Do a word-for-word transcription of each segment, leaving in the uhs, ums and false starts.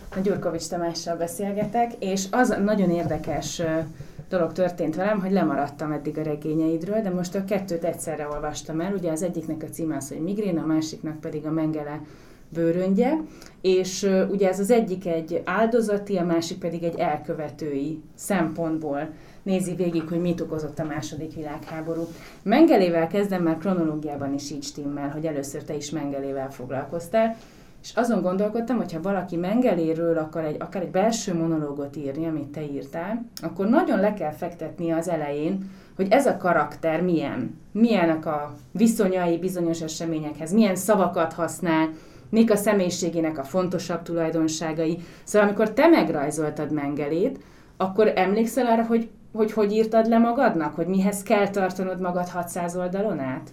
a Gyurkovics Tamással beszélgetek, és az nagyon érdekes dolog történt velem, hogy lemaradtam eddig a regényeidről, de most a kettőt egyszerre olvastam el. Ugye az egyiknek a címe az, hogy Migrén, a másiknak pedig a Mengele bőröngye, és uh, ugye ez az egyik egy áldozati, a másik pedig egy elkövetői szempontból nézi végig, hogy mit okozott a második világháború. Mengelével kezdem, mert kronológiában is így stimmel, hogy először te is Mengelével foglalkoztál, és azon gondolkodtam, hogy ha valaki Mengeléről akar egy, akár egy belső monológot írni, amit te írtál, akkor nagyon le kell fektetni az elején, hogy ez a karakter milyen, milyenek a viszonyai bizonyos eseményekhez, milyen szavakat használ, mik a személyiségének a fontosabb tulajdonságai. Szóval amikor te megrajzoltad Mengelét, akkor emlékszel arra, hogy hogy, hogy írtad le magadnak? Hogy mihez kell tartanod magad hatszáz oldalon át?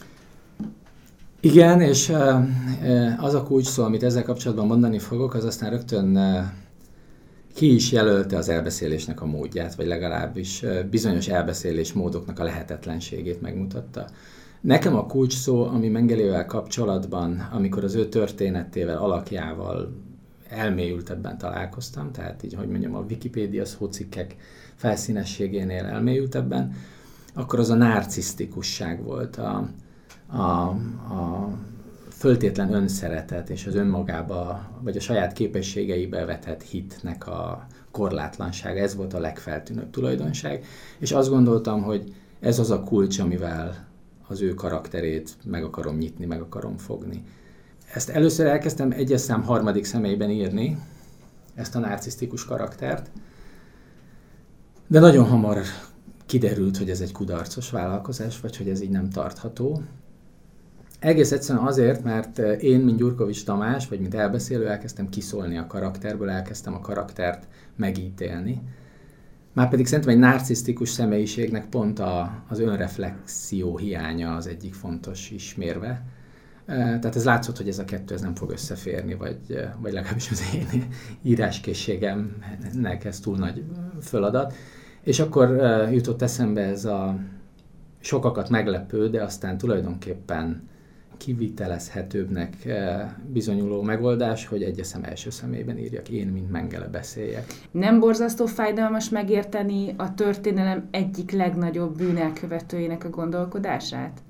Igen, és az a kulcs szó, amit ezzel kapcsolatban mondani fogok, az aztán rögtön ki is jelölte az elbeszélésnek a módját, vagy legalábbis bizonyos elbeszélés módoknak a lehetetlenségét megmutatta. Nekem a kulcs szó, ami Mengelével kapcsolatban, amikor az ő történetével, alakjával elmélyültebben találkoztam, tehát így, hogy mondjam, a Wikipédia szócikkek felszínességénél elmélyültebben, akkor az a narcisztikusság volt, a, a, a föltétlen önszeretet és az önmagába, vagy a saját képességeibe vetett hitnek a korlátlansága. Ez volt a legfeltűnőbb tulajdonság, és azt gondoltam, hogy ez az a kulcs, amivel az ő karakterét meg akarom nyitni, meg akarom fogni. Ezt először elkezdtem egyes szám harmadik személyben írni, ezt a narcisztikus karaktert, de nagyon hamar kiderült, hogy ez egy kudarcos vállalkozás, vagy hogy ez így nem tartható. Egész egyszerűen azért, mert én, mint Gyurkovics Tamás, vagy mint elbeszélő, elkezdtem kiszólni a karakterből, elkezdtem a karaktert megítélni. Márpedig szerintem egy narcisztikus személyiségnek pont a, az önreflexió hiánya az egyik fontos ismérve. Tehát ez látszott, hogy ez a kettő ez nem fog összeférni, vagy, vagy legalábbis az én íráskészségemnek ez túl nagy feladat. És akkor jutott eszembe ez a sokakat meglepő, de aztán tulajdonképpen kivitelezhetőbbnek bizonyuló megoldás, hogy egyes szem első személyben írjak, én, mint Mengele beszéljek. Nem borzasztó fájdalmas megérteni a történelem egyik legnagyobb bűnelkövetőjének a gondolkodását?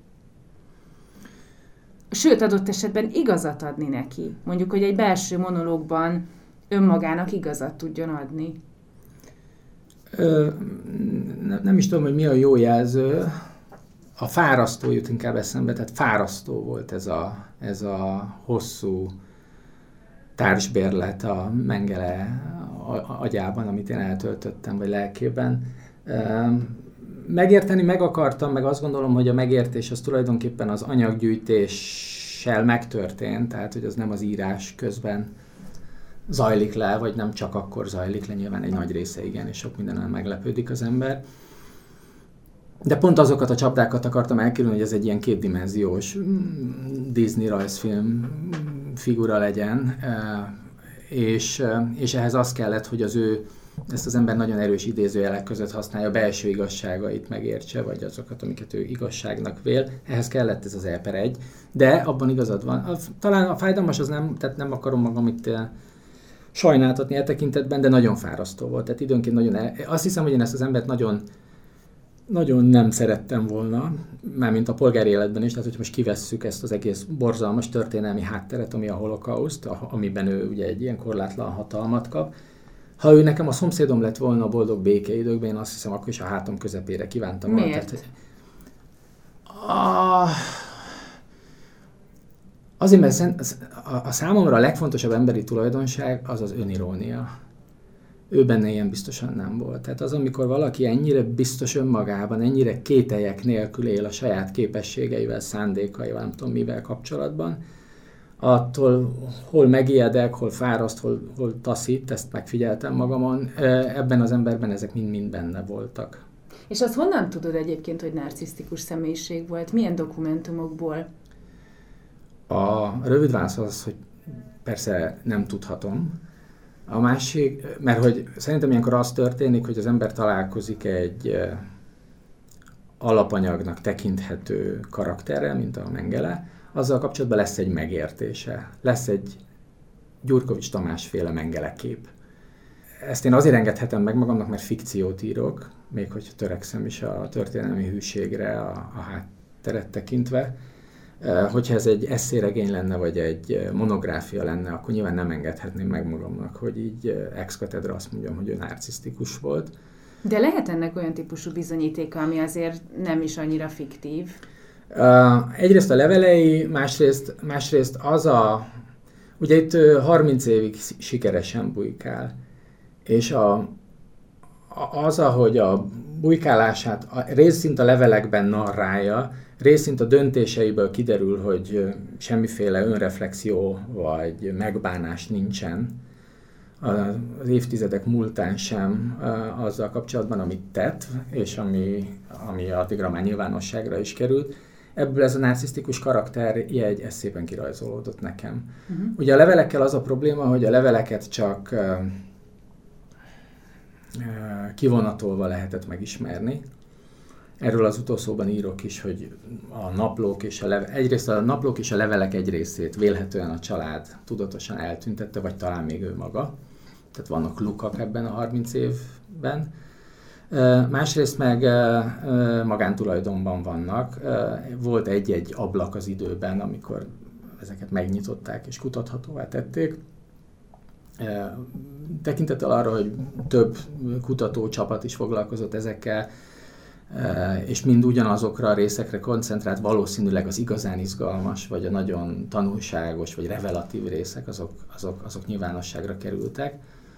Sőt, adott esetben igazat adni neki. Mondjuk, hogy egy belső monológban önmagának igazat tudjon adni. Ö, ne, nem is tudom, hogy mi a jó jelző. A fárasztó jut inkább eszembe, tehát fárasztó volt ez a, ez a hosszú társbérlet a Mengele agyában, amit én eltöltöttem, vagy lelkében. Megérteni meg akartam, meg azt gondolom, hogy a megértés az tulajdonképpen az anyaggyűjtéssel megtörtént, tehát hogy az nem az írás közben zajlik le, vagy nem csak akkor zajlik le, nyilván egy nagy része igen, és sok mindenen meglepődik az ember. De pont azokat a csapdákat akartam elkerülni, hogy ez egy ilyen kétdimenziós Disney rajzfilm figura legyen, és, és ehhez az kellett, hogy az ő, ezt az ember nagyon erős idézőjelek között használja, a belső igazságait megértse, vagy azokat, amiket ő igazságnak vél. Ehhez kellett ez az E per egy, de abban igazad van. A, talán a fájdalmas az nem, tehát nem akarom magam itt sajnáltatni e tekintetben, de nagyon fárasztó volt. Tehát időnként nagyon, el, azt hiszem, hogy én ezt az embert nagyon Nagyon nem szerettem volna, mármint a polgári életben is, tehát hogy most kivesszük ezt az egész borzalmas történelmi hátteret, ami a holokauszt, amiben ő ugye egy ilyen korlátlan hatalmat kap. Ha ő nekem a szomszédom lett volna a boldog békeidőkben, én azt hiszem, akkor is a hátam közepére kívántam volna. Miért? Tehát, a... Azért, mert a, a számomra a legfontosabb emberi tulajdonság az az önirónia. Ő benne ilyen biztosan nem volt. Tehát az, amikor valaki ennyire biztos önmagában, ennyire kételyek nélkül él a saját képességeivel, szándékaival, nem tudom mivel kapcsolatban, attól hol megijedek, hol fáraszt, hol, hol taszít, ezt megfigyeltem magamon, ebben az emberben ezek mind-mind benne voltak. És azt honnan tudod egyébként, hogy narcisztikus személyiség volt? Milyen dokumentumokból? A rövid válasz az, hogy persze nem tudhatom. A másik, mert hogy szerintem ilyenkor az történik, hogy az ember találkozik egy alapanyagnak tekinthető karakterrel, mint a Mengele, azzal kapcsolatban lesz egy megértése, lesz egy Gyurkovics Tamás féle Mengele kép. Ezt én azért engedhetem meg magamnak, mert fikciót írok, még hogyha törekszem is a történelmi hűségre a, a hátteret tekintve. Hogyha ez egy esszéregény lenne, vagy egy monográfia lenne, akkor nyilván nem engedhetném meg magamnak, hogy így ex cathedra azt mondjam, hogy ő narcisztikus volt. De lehet ennek olyan típusú bizonyítéka, ami azért nem is annyira fiktív? Uh, egyrészt a levelei, másrészt, másrészt az a... Ugye itt harminc évig sikeresen bujkál, és a, az, ahogy a bujkálását a, részint a levelekben narrálja, részint a döntéseiből kiderül, hogy semmiféle önreflexió vagy megbánás nincsen az évtizedek múltán sem azzal kapcsolatban, amit tett, és ami, ami addigra már nyilvánosságra is került. Ebből ez a narcisztikus karakterjegy, ez szépen kirajzolódott nekem. Uh-huh. Ugye a levelekkel az a probléma, hogy a leveleket csak uh, uh, kivonatolva lehetett megismerni. Erről az utószóban írok is, hogy a naplók és a leve- egyrészt a naplók és a levelek egy részét vélhetően a család tudatosan eltüntette, vagy talán még ő maga. Tehát vannak lukak ebben a harminc évben. Másrészt meg magántulajdonban vannak. Volt egy-egy ablak az időben, amikor ezeket megnyitották és kutathatóvá tették. Tekintettel arra, hogy több kutatócsapat is foglalkozott ezekkel, és mind ugyanazokra a részekre koncentrált, valószínűleg az igazán izgalmas, vagy a nagyon tanulságos, vagy revelatív részek, azok, azok, azok nyilvánosságra kerültek.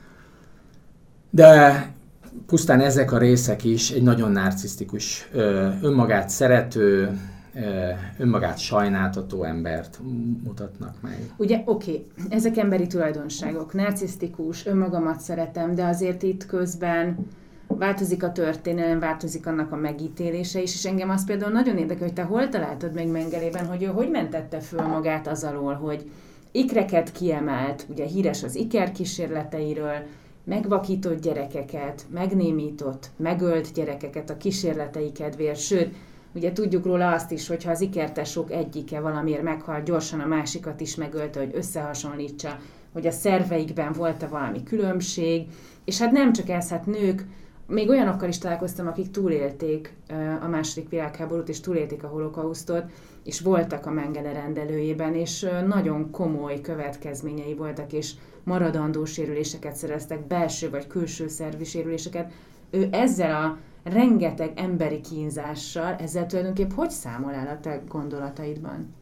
De pusztán ezek a részek is egy nagyon narcisztikus, önmagát szerető, önmagát sajnáltató embert mutatnak meg. Ugye, oké, okay, ezek emberi tulajdonságok, narcisztikus, önmagamat szeretem, de azért itt közben változik a történelem, változik annak a megítélése is, és engem az például nagyon érdekel, hogy te hol találtad meg Mengelében, hogy ő hogy mentette föl magát az alól, hogy ikreket kiemelt, ugye híres az iker kísérleteiről, megvakított gyerekeket, megnémított, megölt gyerekeket a kísérletei kedvéért, sőt, ugye tudjuk róla azt is, hogy ha az ikertesók egyike valamiért meghal, gyorsan a másikat is megölte, hogy összehasonlítsa, hogy a szerveikben volt-e valami különbség, és hát nem csak ez, hát nők, még olyanokkal is találkoztam, akik túlélték a második világháborút, és túlélték a holokausztot, és voltak a Mengele rendelőjében, és nagyon komoly következményei voltak, és maradandó sérüléseket szereztek, belső vagy külső szervi sérüléseket. Ő ezzel a rengeteg emberi kínzással, ezzel tulajdonképp hogy számol el a te gondolataidban?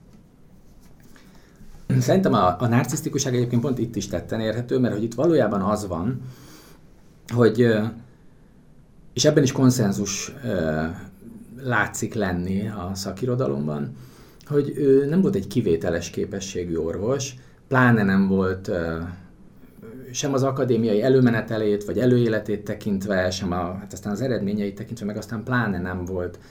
Szerintem a, a narcisztikuság egyébként pont itt is tetten érhető, mert hogy itt valójában az van, hogy, és ebben is konszenzus látszik lenni a szakirodalomban, hogy ő nem volt egy kivételes képességű orvos, pláne nem volt sem az akadémiai előmenetelét, vagy előéletét tekintve, sem a, hát aztán az eredményeit tekintve, meg aztán pláne nem volt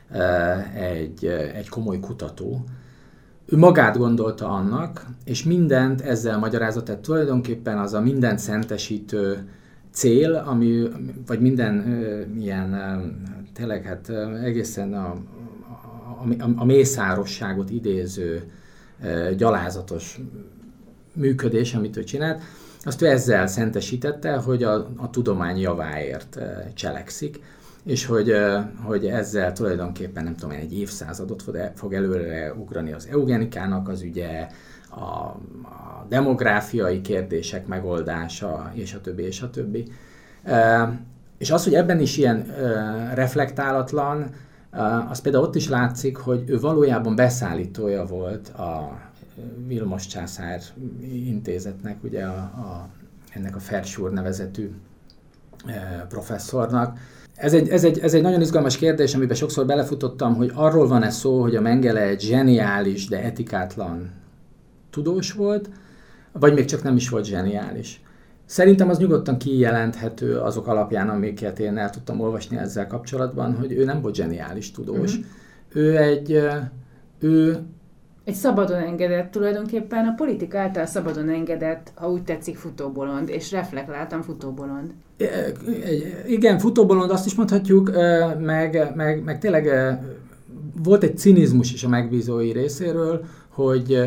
egy, egy komoly kutató. Ő magát gondolta annak, és mindent ezzel magyarázott, tehát tulajdonképpen az a mindent szentesítő cél, ami, vagy minden uh, ilyen uh, tényleg hát uh, egészen a, a, a, a mészárosságot idéző uh, gyalázatos működés, amit ő csinált, azt ő ezzel szentesítette, hogy a, a tudomány javáért uh, cselekszik, és hogy, uh, hogy ezzel tulajdonképpen nem tudom én, egy évszázadot fog, fog előre ugrani az eugenikának az ügye, a, a demográfiai kérdések megoldása, és a többi, és a többi. Uh, és az, hogy ebben is ilyen uh, reflektálatlan, uh, az például ott is látszik, hogy ő valójában beszállítója volt a Vilmos császár intézetnek, ugye a, a, ennek a Verschúr nevezetű uh, professzornak. Ez egy, ez, egy, ez egy nagyon izgalmas kérdés, amiben sokszor belefutottam, hogy arról van-e szó, hogy a Mengele egy zseniális, de etikátlan tudós volt, vagy még csak nem is volt zseniális. Szerintem az nyugodtan kijelenthető azok alapján, amiket én el tudtam olvasni ezzel kapcsolatban, hogy ő nem volt zseniális tudós. Uh-huh. Ő egy... Ő... Egy szabadon engedett, tulajdonképpen a politika által szabadon engedett, ha úgy tetszik, futóbolond, és reflektáltan futóbolond. Igen, futóbolond, azt is mondhatjuk, meg, meg, meg tényleg volt egy cinizmus is a megbízói részéről, hogy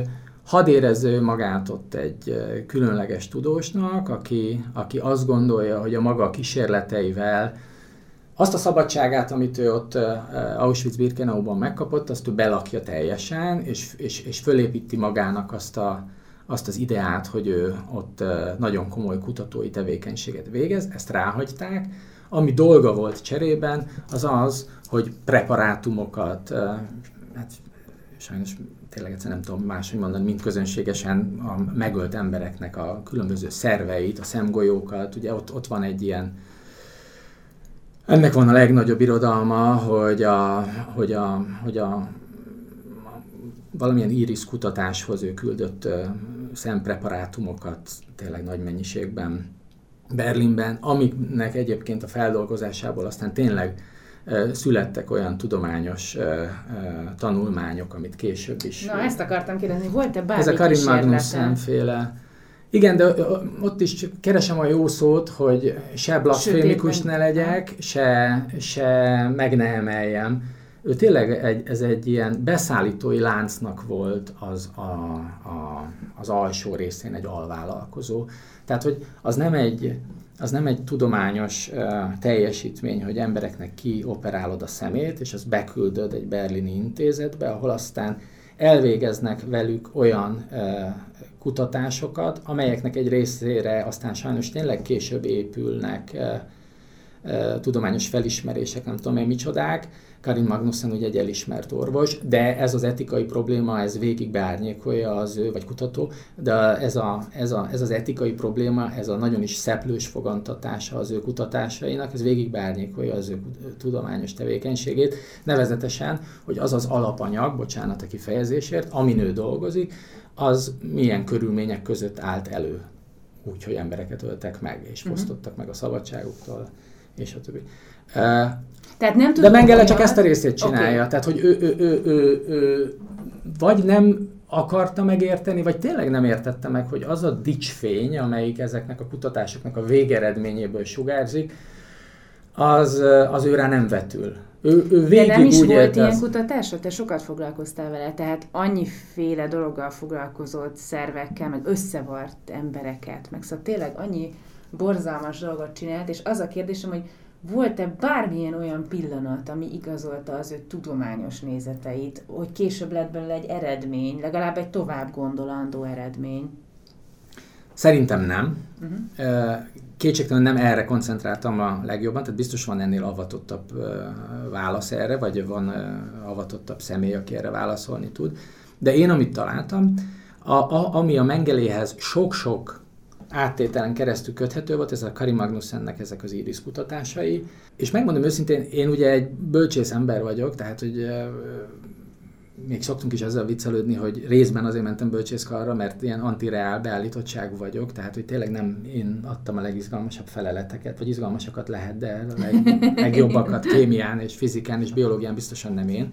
hadd érezze magát ott egy különleges tudósnak, aki, aki azt gondolja, hogy a maga kísérleteivel azt a szabadságát, amit ő ott Auschwitz-Birkenauban megkapott, azt ő belakja teljesen, és, és, és fölépíti magának azt, a, azt az ideát, hogy ő ott nagyon komoly kutatói tevékenységet végez, ezt ráhagyták. Ami dolga volt cserében, az az, hogy preparátumokat, hát sajnos tényleg egyszer nem tudom máshogy mondani, mint közönségesen a megölt embereknek a különböző szerveit, a szemgolyókat, ugye ott, ott van egy ilyen, ennek van a legnagyobb irodalma, hogy a, hogy a, hogy a valamilyen íris kutatáshoz ő küldött uh, szempreparátumokat tényleg nagy mennyiségben Berlinben, amiknek egyébként a feldolgozásából aztán tényleg uh, születtek olyan tudományos uh, uh, tanulmányok, amit később is... Na, ezt akartam kérdezni, volt-e bármi Ez a Karin kísérlete? Magnussen-féle... Igen, de ott is keresem a jó szót, hogy se blaszfémikus ne legyek, se, se meg ne emeljem. Ő tényleg egy, ez egy ilyen beszállítói láncnak volt az, a, a, az alsó részén egy alvállalkozó. Tehát, hogy az nem egy, az nem egy tudományos uh, teljesítmény, hogy embereknek kioperálod a szemét, és azt beküldöd egy berlini intézetbe, ahol aztán elvégeznek velük olyan uh, kutatásokat, amelyeknek egy részére aztán sajnos tényleg később épülnek uh, uh, tudományos felismerések, nem tudom én micsodák. Karin Magnussen ugye egy elismert orvos, de ez az etikai probléma, ez végig beárnyékolja az ő, vagy kutató, de ez, a, ez, a, ez az etikai probléma, ez a nagyon is szeplős fogantatása az ő kutatásainak, ez végig beárnyékolja az ő tudományos tevékenységét, nevezetesen, hogy az az alapanyag, bocsánat a kifejezésért, amin ő dolgozik, az milyen körülmények között állt elő, úgyhogy embereket öltek meg, és fosztottak meg a szabadságuktól, és a többi. Uh, Tehát nem De Mengele csak ezt a részét csinálja, okay. Tehát hogy ő, ő, ő, ő, ő vagy nem akarta megérteni, vagy tényleg nem értette meg, hogy az a dicsfény, amelyik ezeknek a kutatásoknak a végeredményéből sugárzik, az, az őrá nem vetül. Ő, ő végig De nem is úgy volt ilyen az... kutatásod? Te sokat foglalkoztál vele, tehát annyiféle dologgal foglalkozott, szervekkel, meg összevart embereket, meg szóval tényleg annyi borzalmas dolgot csinált, és az a kérdésem, hogy volt-e bármilyen olyan pillanat, ami igazolta az ő tudományos nézeteit, hogy később lett belőle egy eredmény, legalább egy tovább gondolandó eredmény? Szerintem nem. Uh-huh. Kétségtelenül nem erre koncentráltam a legjobban, tehát biztos van ennél avatottabb válasz erre, vagy van avatottabb személy, aki erre válaszolni tud. De én, amit találtam, a, a, ami a Mengeléhez sok-sok áttételen keresztül köthető volt, ez a Karin Magnussennek ezek az íris kutatásai. És megmondom őszintén, én ugye egy bölcsész ember vagyok, tehát hogy euh, még szoktunk is ezzel viccelődni, hogy részben azért mentem bölcsészkarra, mert ilyen antireál beállítottságú vagyok, tehát hogy tényleg nem én adtam a legizgalmasabb feleleteket, vagy izgalmasakat lehet, de a leg, legjobbakat kémián és fizikán és biológián biztosan nem én.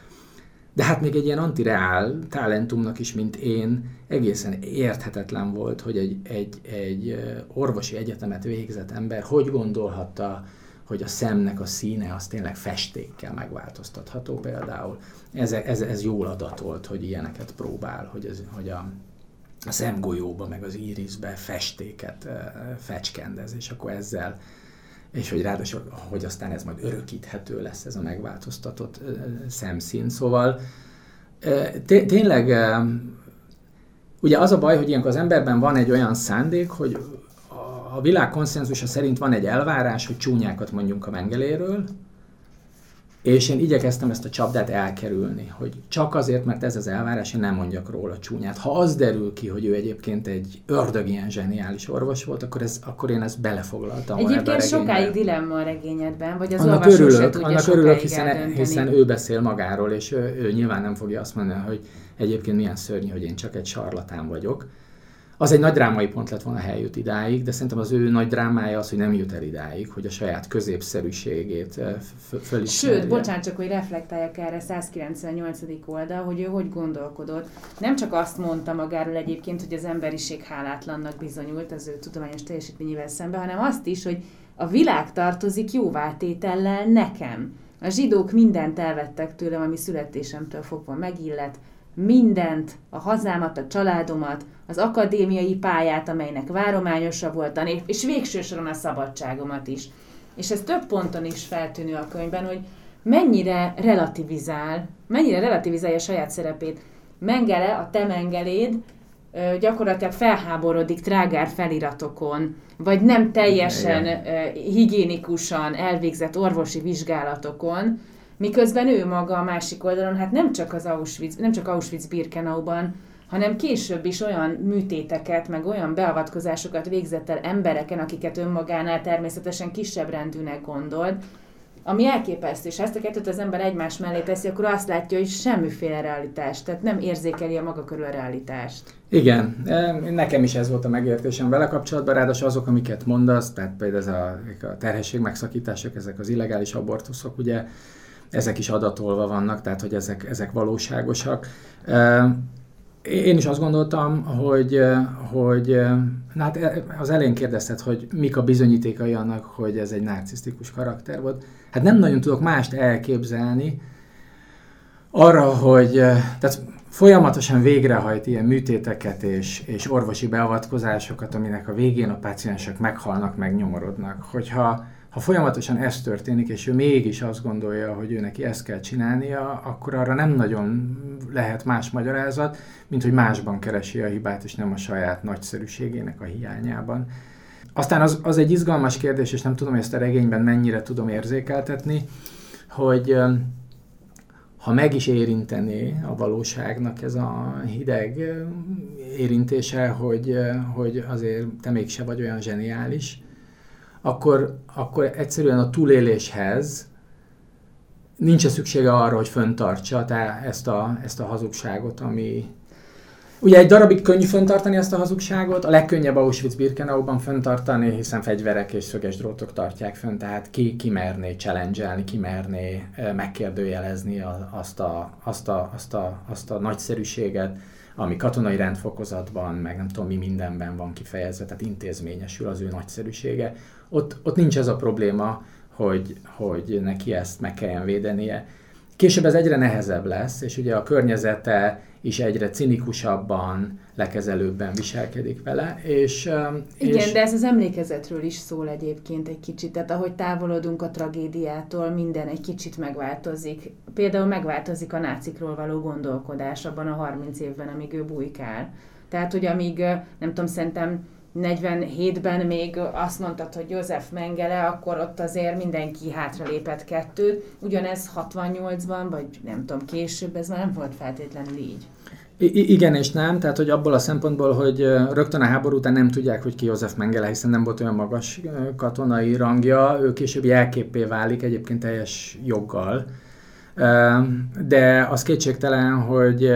De hát még egy ilyen antireál talentumnak is, mint én, egészen érthetetlen volt, hogy egy, egy, egy orvosi egyetemet végzett ember hogy gondolhatta, hogy a szemnek a színe az tényleg festékkel megváltoztatható például. Ez, ez, ez jól adatolt, hogy ilyeneket próbál, hogy, ez, hogy a, a szemgolyóba meg az írisbe festéket fecskendez, és akkor ezzel, és hogy ráadásul, hogy aztán ez majd örökíthető lesz, ez a megváltoztatott szemszín. Szóval tényleg, ugye az a baj, hogy ilyenkor az emberben van egy olyan szándék, hogy a világ konszenzusa szerint van egy elvárás, hogy csúnyákat mondjunk a Mengeléről, és én igyekeztem ezt a csapdát elkerülni, hogy csak azért, mert ez az elvárás, én nem mondjak róla csúnyát. Ha az derül ki, hogy ő egyébként egy ördög ilyen zseniális orvos volt, akkor, ez, akkor én ezt belefoglaltam. Egyébként sokáig dilemma a regényedben, vagy az annak olvasó örülök, se tudja annak örülök, hiszen, eldönteni. hiszen ő beszél magáról, és ő, ő nyilván nem fogja azt mondani, hogy egyébként milyen szörnyű, hogy én csak egy sarlatán vagyok. Az egy nagy drámai pont lett volna, ha eljut idáig, de szerintem az ő nagy drámája az, hogy nem jut el idáig, hogy a saját középszerűségét fölismerje. Sőt, bocsánat, csak hogy reflektáljak erre, száz kilencvennyolcadik oldal, hogy ő hogy gondolkodott. Nem csak azt mondta magáról egyébként, hogy az emberiség hálátlannak bizonyult az ő tudományos teljesítményével szemben, hanem azt is, hogy a világ tartozik jóvátétellel nekem. A zsidók mindent elvettek tőlem, ami születésemtől fogva megillet, mindent, a hazámat, a családomat, az akadémiai pályát, amelynek várományosa voltam, és végső soron a szabadságomat is. És ez több ponton is feltűnő a könyvben, hogy mennyire relativizál, mennyire relativizálja a saját szerepét. Mengele, a te Mengeléd gyakorlatilag felháborodik trágár feliratokon, vagy nem teljesen uh, higiénikusan elvégzett orvosi vizsgálatokon, miközben ő maga a másik oldalon, hát nem csak az Auschwitz, nem csak Auschwitz-Birkenauban, hanem később is olyan műtéteket, meg olyan beavatkozásokat végzett el embereken, akiket önmagánál természetesen kisebb rendűnek gondolt, ami elképesztő, és ezt a kettőt az ember egymás mellé teszi, akkor azt látja, hogy semmiféle realitás, tehát nem érzékeli a maga körül a realitást. Igen, nekem is ez volt a megértésem vele kapcsolatban, ráadásul azok, amiket mondasz, tehát például ez a, a terhesség megszakítások, ezek az illegális abortuszok, ugye, ezek is adatolva vannak, tehát hogy ezek, ezek valóságosak. Én is azt gondoltam, hogy, hogy na hát az elején kérdezted, hogy mik a bizonyítékai annak, hogy ez egy narcisztikus karakter volt. Hát nem nagyon tudok mást elképzelni arra, hogy tehát folyamatosan végrehajt ilyen műtéteket és, és orvosi beavatkozásokat, aminek a végén a páciensek meghalnak, megnyomorodnak. Hogyha ha folyamatosan ez történik, és ő mégis azt gondolja, hogy ő neki ezt kell csinálnia, akkor arra nem nagyon lehet más magyarázat, mint hogy másban keresi a hibát, és nem a saját nagyszerűségének a hiányában. Aztán az, az egy izgalmas kérdés, és nem tudom, hogy ezt a regényben mennyire tudom érzékeltetni, hogy ha meg is érintené a valóságnak ez a hideg érintése, hogy, hogy azért te mégse vagy olyan zseniális, Akkor, akkor egyszerűen a túléléshez nincs szüksége arra, hogy fenntartsa ezt a, ezt a hazugságot, ami... Ugye egy darabig könnyű fenntartani ezt a hazugságot, a legkönnyebb Auschwitz-Birkenauban fenntartani, hiszen fegyverek és szöges drótok tartják fönn, tehát ki, ki merné challenge-elni, ki merné megkérdőjelezni azt a, azt, a, azt, a, azt a nagyszerűséget, ami katonai rendfokozatban, meg nem tudom mi mindenben van kifejezve, tehát intézményesül az ő nagyszerűsége. Ott, ott nincs ez a probléma, hogy, hogy neki ezt meg kelljen védenie. Később ez egyre nehezebb lesz, és ugye a környezete is egyre cinikusabban, lekezelőbben viselkedik vele. És, Igen, és... de ez az emlékezetről is szól egyébként egy kicsit, tehát ahogy távolodunk a tragédiától, minden egy kicsit megváltozik. Például megváltozik a nácikról való gondolkodás abban a harminc évben, amíg ő bujkál. Tehát, hogy amíg, nem tudom, szerintem negyvenhétben még azt mondtad, hogy József Mengele, akkor ott azért mindenki hátralépett kettőt. Ugyanez hatvannyolcban, vagy nem tudom, később, ez már nem volt feltétlenül így. I- igen és nem, tehát hogy abból a szempontból, hogy rögtön a háború után nem tudják, hogy ki József Mengele, hiszen nem volt olyan magas katonai rangja, ő később jelképpé válik, egyébként teljes joggal. De az kétségtelen, hogy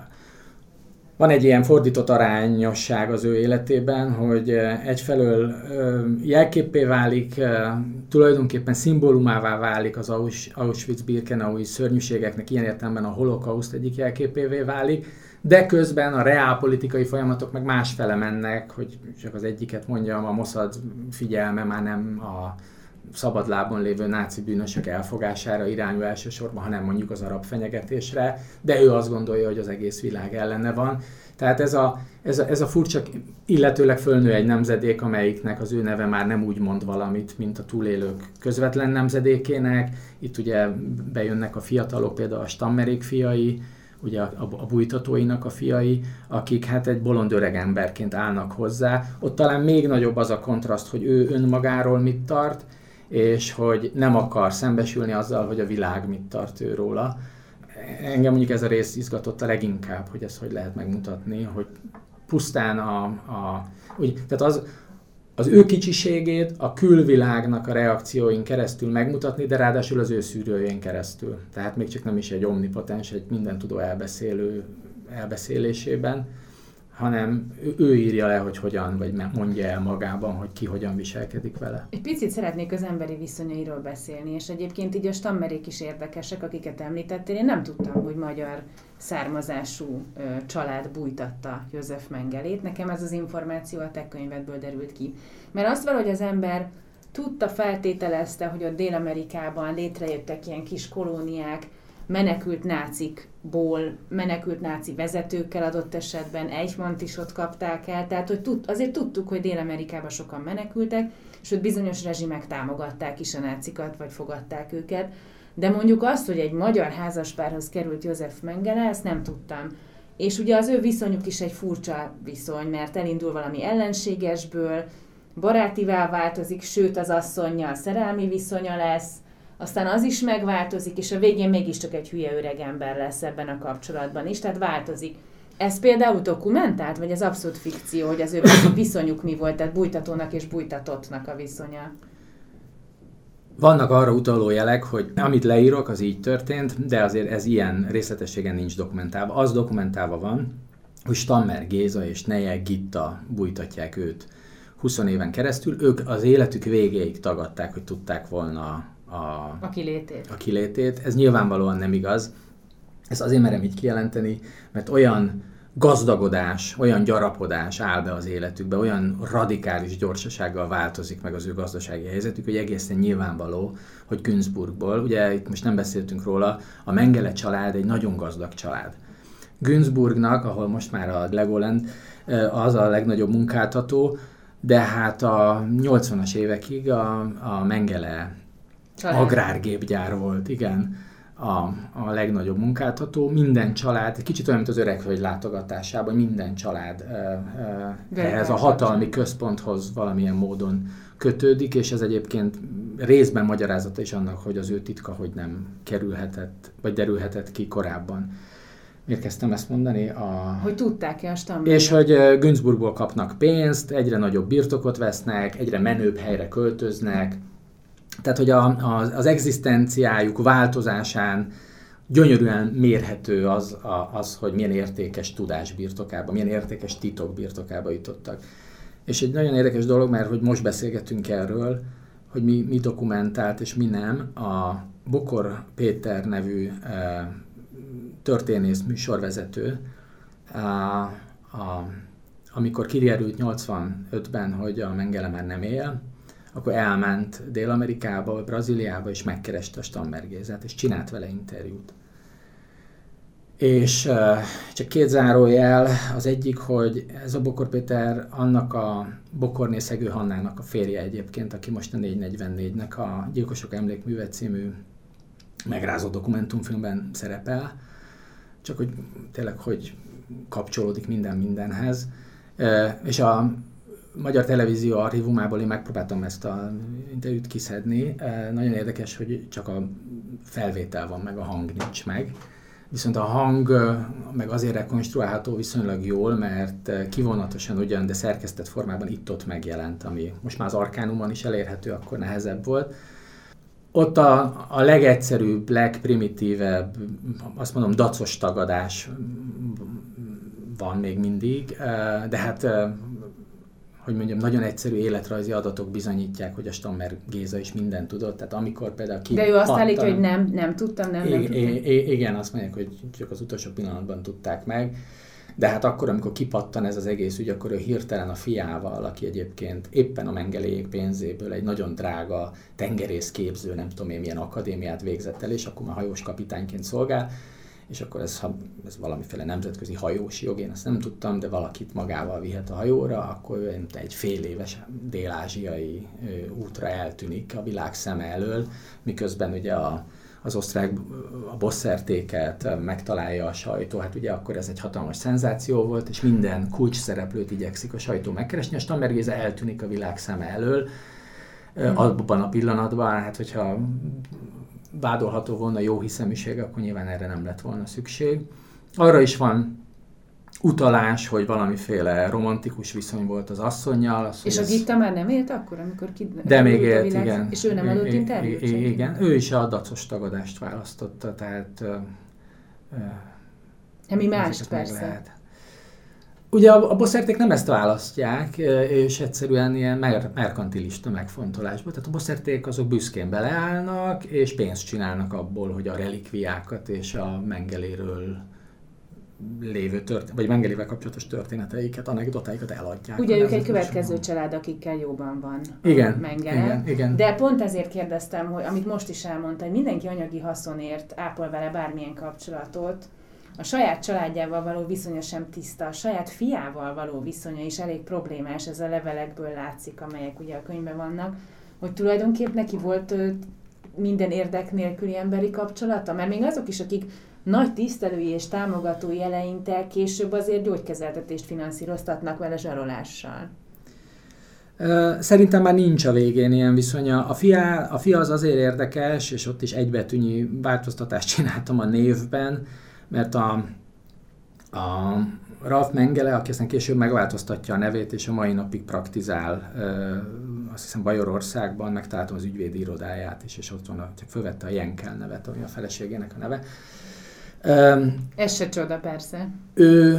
van egy ilyen fordított arányosság az ő életében, hogy egyfelől jelképpé válik, tulajdonképpen szimbólumává válik az Auschwitz-Birkenaui szörnyűségeknek, ilyen értelemben a holokauszt egyik jelképévé válik, de közben a reálpolitikai folyamatok meg másfele mennek, hogy csak az egyiket mondjam, a Mossad figyelme már nem a szabadlábon lévő náci bűnösök elfogására irányul elsősorban, hanem mondjuk az arab fenyegetésre, de ő azt gondolja, hogy az egész világ ellene van. Tehát ez a, ez a, ez a furcsa, illetőleg fölnő egy nemzedék, amelyiknek az ő neve már nem úgy mond valamit, mint a túlélők közvetlen nemzedékének. Itt ugye bejönnek a fiatalok, például a Stammerék fiai, ugye a, a, a bújtatóinak a fiai, akik hát egy bolond öreg emberként állnak hozzá. Ott talán még nagyobb az a kontraszt, hogy ő önmagáról mit tart, és hogy nem akar szembesülni azzal, hogy a világ mit tart ő róla. Engem mondjuk ez a rész izgatott a leginkább, hogy ezt hogy lehet megmutatni, hogy pusztán a... a úgy, tehát az, az ő kicsiségét a külvilágnak a reakcióin keresztül megmutatni, de ráadásul az ő szűrőjén keresztül. Tehát még csak nem is egy omnipotens, egy mindentudó elbeszélő elbeszélésében, hanem ő, ő írja le, hogy hogyan, vagy mondja el magában, hogy ki hogyan viselkedik vele. Egy picit szeretnék az emberi viszonyairól beszélni, és egyébként így a Stammerék is érdekesek, akiket említettél. Én nem tudtam, hogy magyar származású ö, család bújtatta József Mengelét. Nekem ez az információ a te könyvedből derült ki. Mert azt valahogy az ember tudta, feltételezte, hogy ott Dél-Amerikában létrejöttek ilyen kis kolóniák, menekült nácikból, menekült náci vezetőkkel adott esetben, Eichmann-t is ott kapták el, tehát hogy tud, azért tudtuk, hogy Dél-Amerikában sokan menekültek, és hogy bizonyos rezsimek támogatták is a nácikat, vagy fogadták őket. De mondjuk azt, hogy egy magyar házaspárhoz került József Mengele, ezt nem tudtam. És ugye az ő viszonyuk is egy furcsa viszony, mert elindul valami ellenségesből, barátivá változik, sőt az asszonnyal szerelmi viszonya lesz, aztán az is megváltozik, és a végén mégiscsak egy hülye öreg ember lesz ebben a kapcsolatban is, tehát változik. Ez például dokumentált, vagy ez abszolút fikció, hogy az ő viszonyuk mi volt, tehát bújtatónak és bújtatottnak a viszonya? Vannak arra utaló jelek, hogy amit leírok, az így történt, de azért ez ilyen részletességen nincs dokumentálva. Az dokumentálva van, hogy Stammer Géza és Neje Gitta bújtatják őt húsz éven keresztül. Ők az életük végéig tagadták, hogy tudták volna a, a, kilétét. a kilétét. Ez nyilvánvalóan nem igaz. Ezt azért merem így kijelenteni, mert olyan gazdagodás, olyan gyarapodás áll be az életükbe, olyan radikális gyorsasággal változik meg az ő gazdasági helyzetük, hogy egészen nyilvánvaló, hogy Günzburgból, ugye itt most nem beszéltünk róla, a Mengele család egy nagyon gazdag család. Günzburgnak, ahol most már a Legoland, az a legnagyobb munkáltató, de hát a nyolcvanas évekig a, a Mengele család. Agrárgépgyár volt, igen. A, a legnagyobb munkáltató, minden család, kicsit olyan, mint az öreg hölgy látogatásában, minden család uh, uh, ehhez a hatalmi központhoz valamilyen módon kötődik, és ez egyébként részben magyarázata is annak, hogy az ő titka, hogy nem kerülhetett, vagy derülhetett ki korábban. Miért kezdtem ezt mondani? A... Hogy tudták-e a Stammerget? És hogy uh, Günzburgból kapnak pénzt, egyre nagyobb birtokot vesznek, egyre menőbb helyre költöznek. Tehát, hogy a, a, az egzisztenciájuk változásán gyönyörűen mérhető az, a, az, hogy milyen értékes tudás birtokába, milyen értékes titok birtokába jutottak. És egy nagyon érdekes dolog, mert hogy most beszélgetünk erről, hogy mi, mi dokumentált és mi nem. A Bokor Péter nevű e, történész műsorvezető, a, a, amikor kiderült nyolcvanötben, hogy a Mengele már nem él, akkor elment Dél-Amerikába, Brazíliába, és megkereste a Stammer Gézát, és csinált vele interjút. És uh, csak két zárójel, az egyik, hogy ez a Bokor Péter annak a Bokorné Szegő Hannának a férje egyébként, aki most a négyszáznegyvennégynek a Gyilkosok Emlékműve című megrázó dokumentumfilmben szerepel, csak hogy tényleg, hogy kapcsolódik minden mindenhez. Uh, és a Magyar Televízió archívumából én megpróbáltam ezt a interjút kiszedni. Nagyon érdekes, hogy csak a felvétel van, meg a hang nincs meg. Viszont a hang meg azért rekonstruálható viszonylag jól, mert kivonatosan ugyan, de szerkesztett formában itt-ott megjelent, ami most már az Arkánumon is elérhető, akkor nehezebb volt. Ott a, a legegyszerűbb, legprimitívebb, azt mondom, dacos tagadás van még mindig, de hát hogy mondjam, nagyon egyszerű életrajzi adatok bizonyítják, hogy a Stammer Géza is mindent tudott. Tehát amikor például ki De ő azt állítja, hogy nem, nem tudtam, nem, nem tudtam. Igen, azt mondják, hogy csak az utolsó pillanatban tudták meg. De hát akkor, amikor kipattan ez az egész ügy, akkor ő hirtelen a fiával, aki egyébként éppen a Mengeléjék pénzéből egy nagyon drága tengerészképző, nem tudom én milyen akadémiát végzett el, és akkor már hajós kapitányként szolgál, és akkor ez, ha ez valamiféle nemzetközi hajós jog, én ezt nem tudtam, de valakit magával vihet a hajóra, akkor ő egy fél éves dél-ázsiai útra eltűnik a világ szeme elől, miközben ugye a, az osztrák a Bosszertéket megtalálja a sajtó. Hát ugye akkor ez egy hatalmas szenzáció volt, és minden kulcs szereplőt igyekszik a sajtó megkeresni. A Stammer Géza eltűnik a világ szeme elől, mm. abban a pillanatban, hát hogyha vádolható volna jó hiszeműség, akkor nyilván erre nem lett volna szükség. Arra is van utalás, hogy valamiféle romantikus viszony volt az asszonnyal. Az, és a Gitta már nem élt akkor, amikor ki... De még élt, világ... igen. És ő nem adott interjút? Igen, ő is a dacos tagadást választotta, tehát... Ami mást persze. Ugye a, a Bosszerték nem ezt választják, és egyszerűen ilyen mer- merkantilista megfontolásból. Tehát a Bosszerték azok büszkén beleállnak, és pénzt csinálnak abból, hogy a relikviákat és a Mengeléről lévő történet, vagy Mengelével kapcsolatos történeteiket, anekdotáikat eladják. Ugye ők egy következő család, akikkel jóban van igen, Mengele. Igen, igen. De pont ezért kérdeztem, hogy amit most is elmondta, hogy mindenki anyagi haszonért ápol vele bármilyen kapcsolatot, a saját családjával való viszonya sem tiszta, a saját fiával való viszonya is elég problémás, ez a levelekből látszik, amelyek ugye a könyvben vannak, hogy tulajdonképpen neki volt minden érdek nélküli emberi kapcsolata, mert még azok is, akik nagy tisztelői és támogatói eleinte később azért gyógykezeltetést finanszíroztatnak vele zsarolással. Szerintem már nincs a végén ilyen viszonya. A fia, a fia az azért érdekes, és ott is egybetűnyi változtatást csináltam a névben, mert a, a Ralph Mengele, aki aztán később megváltoztatja a nevét, és a mai napig praktizál, azt hiszem Bajorországban, megtaláltam az ügyvédi irodáját is, és ott van, csak fölvette a Jenkel nevet, ami a feleségének a neve. Ez se csoda, persze. Ő,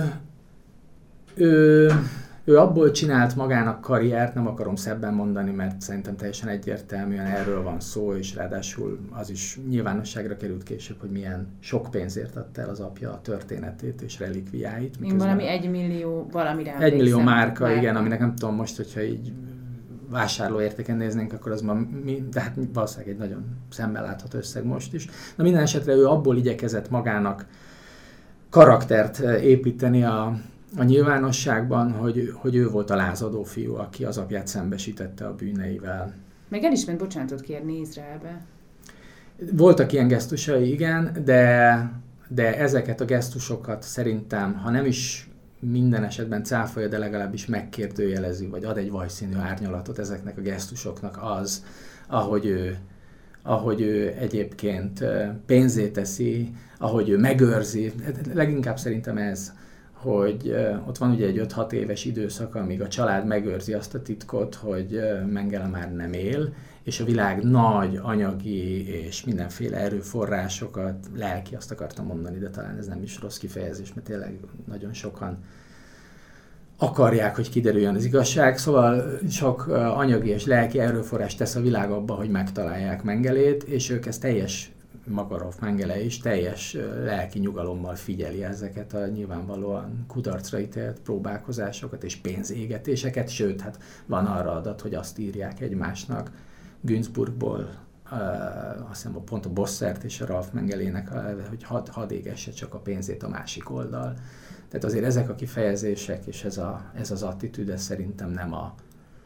ő, ő abból csinált magának karriert, nem akarom szebben mondani, mert szerintem teljesen egyértelműen erről van szó, és ráadásul az is nyilvánosságra került később, hogy milyen sok pénzért adta el az apja a történetét és relikviáit. Én valami egymillió valamire Egy millió márka, márka, igen, aminek nem tudom most, hogyha így vásárlóértéken néznénk, akkor az ma mi, de hát valószínűleg egy nagyon szemmel látható összeg most is. Na minden esetre ő abból igyekezett magának karaktert építeni a, a nyilvánosságban, hogy, hogy ő volt a lázadó fiú, aki az apját szembesítette a bűneivel. Meg el is ment bocsánatot kérni Izraelbe. Voltak ilyen gesztusai, igen, de, de ezeket a gesztusokat szerintem, ha nem is minden esetben cáfolja, de legalábbis megkérdőjelezi, vagy ad egy vajszínű árnyalatot ezeknek a gesztusoknak az, ahogy ő, ahogy ő egyébként pénzé teszi, ahogy ő megőrzi. Leginkább szerintem ez, hogy ott van ugye egy öt-hat éves időszak, amíg a család megőrzi azt a titkot, hogy Mengele már nem él, és a világ nagy anyagi és mindenféle erőforrásokat, lelki, azt akartam mondani, de talán ez nem is rossz kifejezés, mert tényleg nagyon sokan akarják, hogy kiderüljön az igazság, szóval sok anyagi és lelki erőforrás tesz a világ abba, hogy megtalálják Mengelét, és ők ezt teljes, Makarov Mengele is teljes lelki nyugalommal figyeli ezeket a nyilvánvalóan kudarcra ítélt próbálkozásokat és pénzégetéseket, sőt, hát van arra adat, hogy azt írják egymásnak Günzburgból, uh, azt hiszem pont a Bosszert és a Ralph Mengelének, hogy had, hadd égesse csak a pénzét a másik oldal. Tehát azért ezek a kifejezések és ez, a, ez az attitűd, ez szerintem nem a...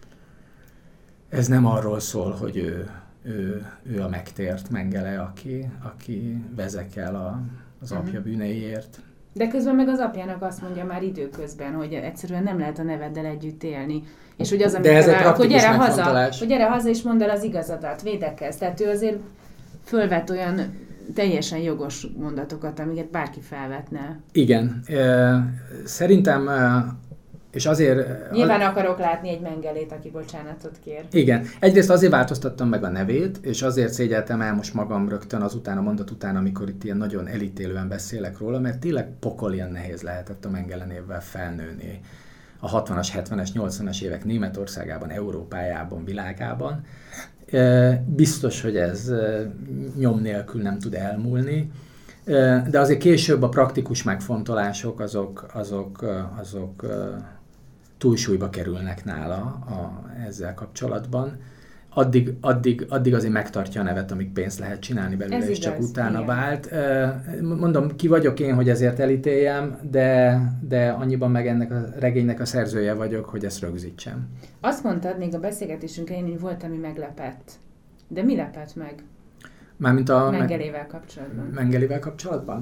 Ez nem arról szól, hogy ő, ő, ő a megtért Mengele, aki, aki vezekel a, az apja bűneiért. De közben meg az apjának azt mondja már időközben, hogy egyszerűen nem lehet a neveddel együtt élni. És hogy az, amit rá, hogy gyere haza, hogy gyere haza és mondd el az igazadat, védekezz. Tehát ő azért fölvet olyan teljesen jogos mondatokat, amiket bárki felvetne. Igen. Szerintem, és azért... Nyilván akarok látni egy Mengelét, aki bocsánatot kér. Igen. Egyrészt azért változtattam meg a nevét, és azért szégyeltem el most magam rögtön azután a mondat után, amikor itt ilyen nagyon elítélően beszélek róla, mert tényleg pokol ilyen nehéz lehetett a Mengele névvel felnőni a hatvanas, hetvenes, nyolcvanas évek Németországában, Európájában, világában. Biztos, hogy ez nyom nélkül nem tud elmúlni, de azért később a praktikus megfontolások azok, azok, azok túlsúlyba kerülnek nála a, ezzel kapcsolatban. Addig, addig, addig azért megtartja a nevet, amíg pénzt lehet csinálni belőle, ez és igaz, csak utána igen. vált. Mondom, ki vagyok én, hogy ezért elítéljem, de, de annyiban meg ennek a regénynek a szerzője vagyok, hogy ezt rögzítsem. Azt mondtad még a beszélgetésünk elején, hogy volt, ami meglepett. De mi lepett meg? Mármint a... Mengelével kapcsolatban. Mengelével kapcsolatban?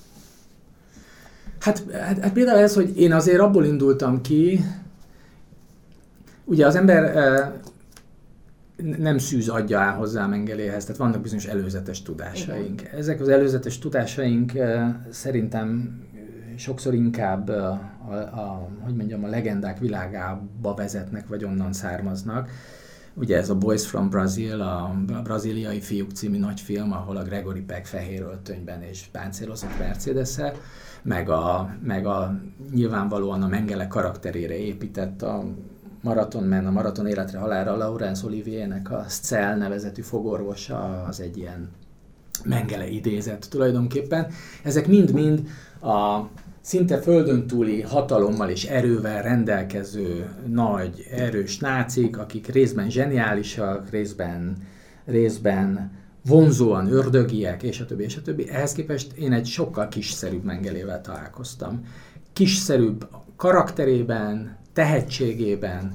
Hát, hát, hát például ez, hogy én azért abból indultam ki, ugye az ember... nem szűz adja áll hozzá Mengeléhez, tehát vannak bizonyos előzetes tudásaink. Igen. Ezek az előzetes tudásaink uh, szerintem sokszor inkább uh, a, a, hogy mondjam, a legendák világába vezetnek, vagy onnan származnak. Ugye ez a Boys from Brazil, a Brazíliai fiúk című nagyfilm, ahol a Gregory Peck fehér öltönyben és páncélozott Mercedes-szel, meg a, meg a nyilvánvalóan a Mengele karakterére épített a Marathon Man, a Maraton életre halálra, Laurence Oliviernek a Scell nevezetű fogorvosa, az egy ilyen Mengele idézet tulajdonképpen. Ezek mind-mind a, szinte földön túli hatalommal és erővel rendelkező nagy, erős nácik, akik részben zseniálisak, részben, részben vonzóan ördögiek, és a többi, és a többi. Ehhez képest én egy sokkal kisszerűbb Mengelével találkoztam. Kisszerűbb karakterében, tehetségében,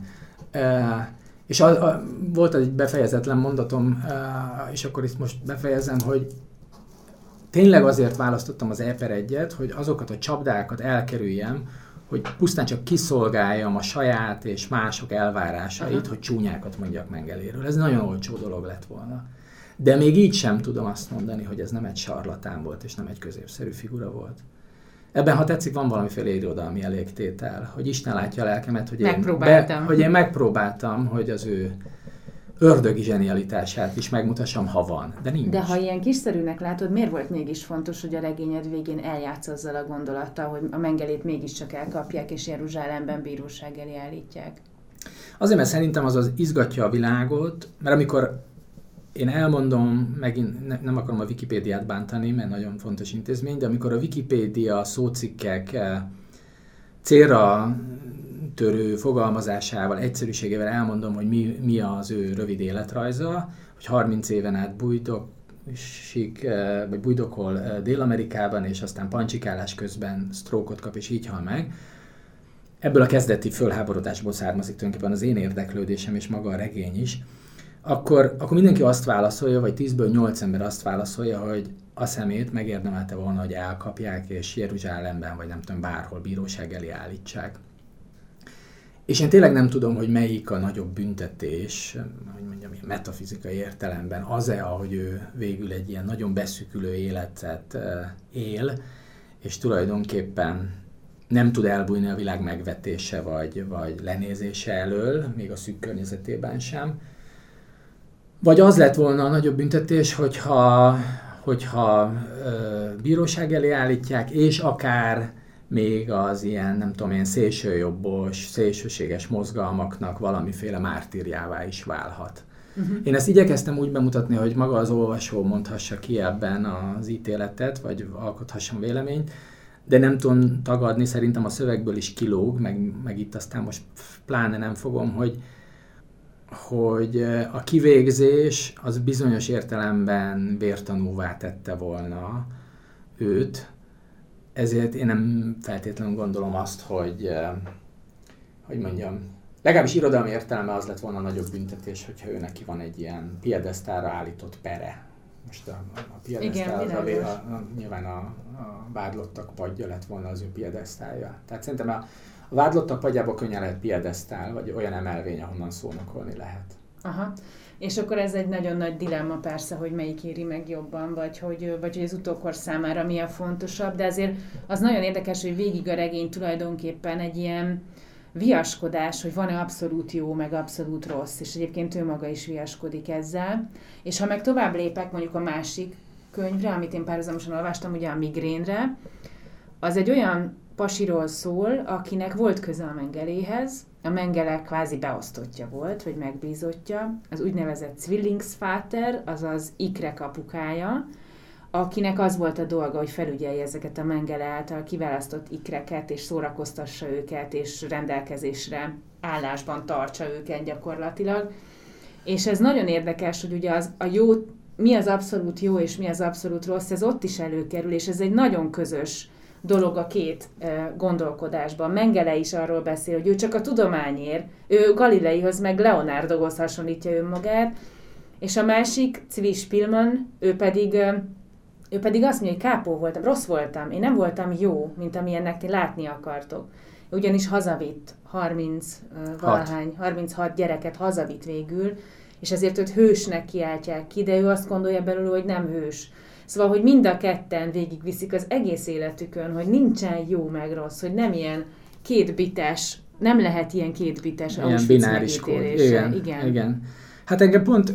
és a, a, volt egy befejezetlen mondatom, és akkor itt most befejezem, hogy tényleg azért választottam az E per egyet, hogy azokat a csapdákat elkerüljem, hogy pusztán csak kiszolgáljam a saját és mások elvárásait, aha, hogy csúnyákat mondjak Mengeléről. Ez nagyon olcsó dolog lett volna. De még így sem tudom azt mondani, hogy ez nem egy sarlatán volt, és nem egy középszerű figura volt. Ebben, ha tetszik, van valamiféle irodalmi elégtétel, hogy Isten látja a lelkemet, hogy én, be, hogy én megpróbáltam, hogy az ő ördögi zsenialitását is megmutassam, ha van, de nincs. De ha ilyen kisszerűnek látod, miért volt mégis fontos, hogy a regényed végén eljátsz azzal a gondolattal, hogy a Mengelét mégiscsak elkapják, és Jeruzsálemben bíróság elé állítják? Azért, mert szerintem az az izgatja a világot, mert amikor én elmondom, megint ne, nem akarom a Wikipédiát bántani, mert nagyon fontos intézmény, de amikor a Wikipédia szócikkek célra törő fogalmazásával, egyszerűségével elmondom, hogy mi, mi az ő rövid életrajza, hogy harminc éven át bújdosik, vagy bújdokol Dél-Amerikában, és aztán pancsikálás közben sztrókot kap, és így hal meg. Ebből a kezdeti fölháborodásból származik tulajdonképpen az én érdeklődésem, és maga a regény is. Akkor, akkor mindenki azt válaszolja, vagy tízből nyolc ember azt válaszolja, hogy a szemét megérdemelte volna, hogy elkapják, és Jeruzsálemben, vagy nem tudom, bárhol bíróság elé állítsák. És én tényleg nem tudom, hogy melyik a nagyobb büntetés, hogy mondjam, metafizikai értelemben, az-e, ahogy ő végül egy ilyen nagyon beszűkülő életet él, és tulajdonképpen nem tud elbújni a világ megvetése, vagy, vagy lenézése elől, még a szűk környezetében sem. Vagy az lett volna a nagyobb büntetés, hogyha, hogyha ö, bíróság elé állítják, és akár még az ilyen, nem tudom én, szélsőjobbos, szélsőséges mozgalmaknak valamiféle mártírjává is válhat. Uh-huh. Én ezt igyekeztem úgy bemutatni, hogy maga az olvasó mondhassa ki ebben az ítéletet, vagy alkothasson véleményt, de nem tudom tagadni, szerintem a szövegből is kilóg, meg, meg itt aztán most pláne nem fogom, hogy hogy a kivégzés az bizonyos értelemben vértanúvá tette volna őt, ezért én nem feltétlenül gondolom azt, hogy, hogy mondjam, legalábbis irodalmi értelemben az lett volna a nagyobb büntetés, hogyha ő neki van egy ilyen piedesztára állított pere. Most a, a piedesztál az a, a, a, nyilván a, a vádlottak padja lett volna az ő piedesztálja. Tehát szerintem a A vádlottak padjából könnyen lehet piedesztál, vagy olyan emelvény, ahonnan szónokolni lehet. Aha. És akkor ez egy nagyon nagy dilemma persze, hogy melyik éri meg jobban, vagy hogy, vagy hogy az utókor számára mi a fontosabb, de azért az nagyon érdekes, hogy végig a regény tulajdonképpen egy ilyen viaskodás, hogy van-e abszolút jó, meg abszolút rossz, és egyébként ő maga is viaskodik ezzel. És ha meg tovább lépek mondjuk a másik könyvre, amit én párhuzamosan olvastam, ugye a Migrénre, az egy olyan pasiról szól, akinek volt köze a Mengeléhez, a Mengele kvázi beosztottja volt, vagy megbízottja, az úgynevezett Zwillingsvater, azaz ikrek apukája, akinek az volt a dolga, hogy felügyelje ezeket a Mengele által kiválasztott ikreket, és szórakoztassa őket, és rendelkezésre állásban tartsa őket gyakorlatilag. És ez nagyon érdekes, hogy ugye az, a jó, mi az abszolút jó, és mi az abszolút rossz, ez ott is előkerül, és ez egy nagyon közös dolog a két e, gondolkodásban. Mengele is arról beszél, hogy ő csak a tudományért, ő Galileihoz meg Leonardohoz hasonlítja önmagát, és a másik, Zvi Spilman, ő pedig, ő pedig azt mondja, hogy kápó voltam, rossz voltam, én nem voltam jó, mint amilyennek ti látni akartok. Ugyanis hazavitt harminc, valahány, harminchat gyereket hazavitt végül, és ezért őt hősnek kiáltják ki, de ő azt gondolja belőle, hogy nem hős. Szóval, hogy mind a ketten végigviszik az egész életükön, hogy nincsen jó meg rossz, hogy nem ilyen kétbites, nem lehet ilyen kétbites Auschwitz megítélése. Igen, igen. igen. Hát engem pont,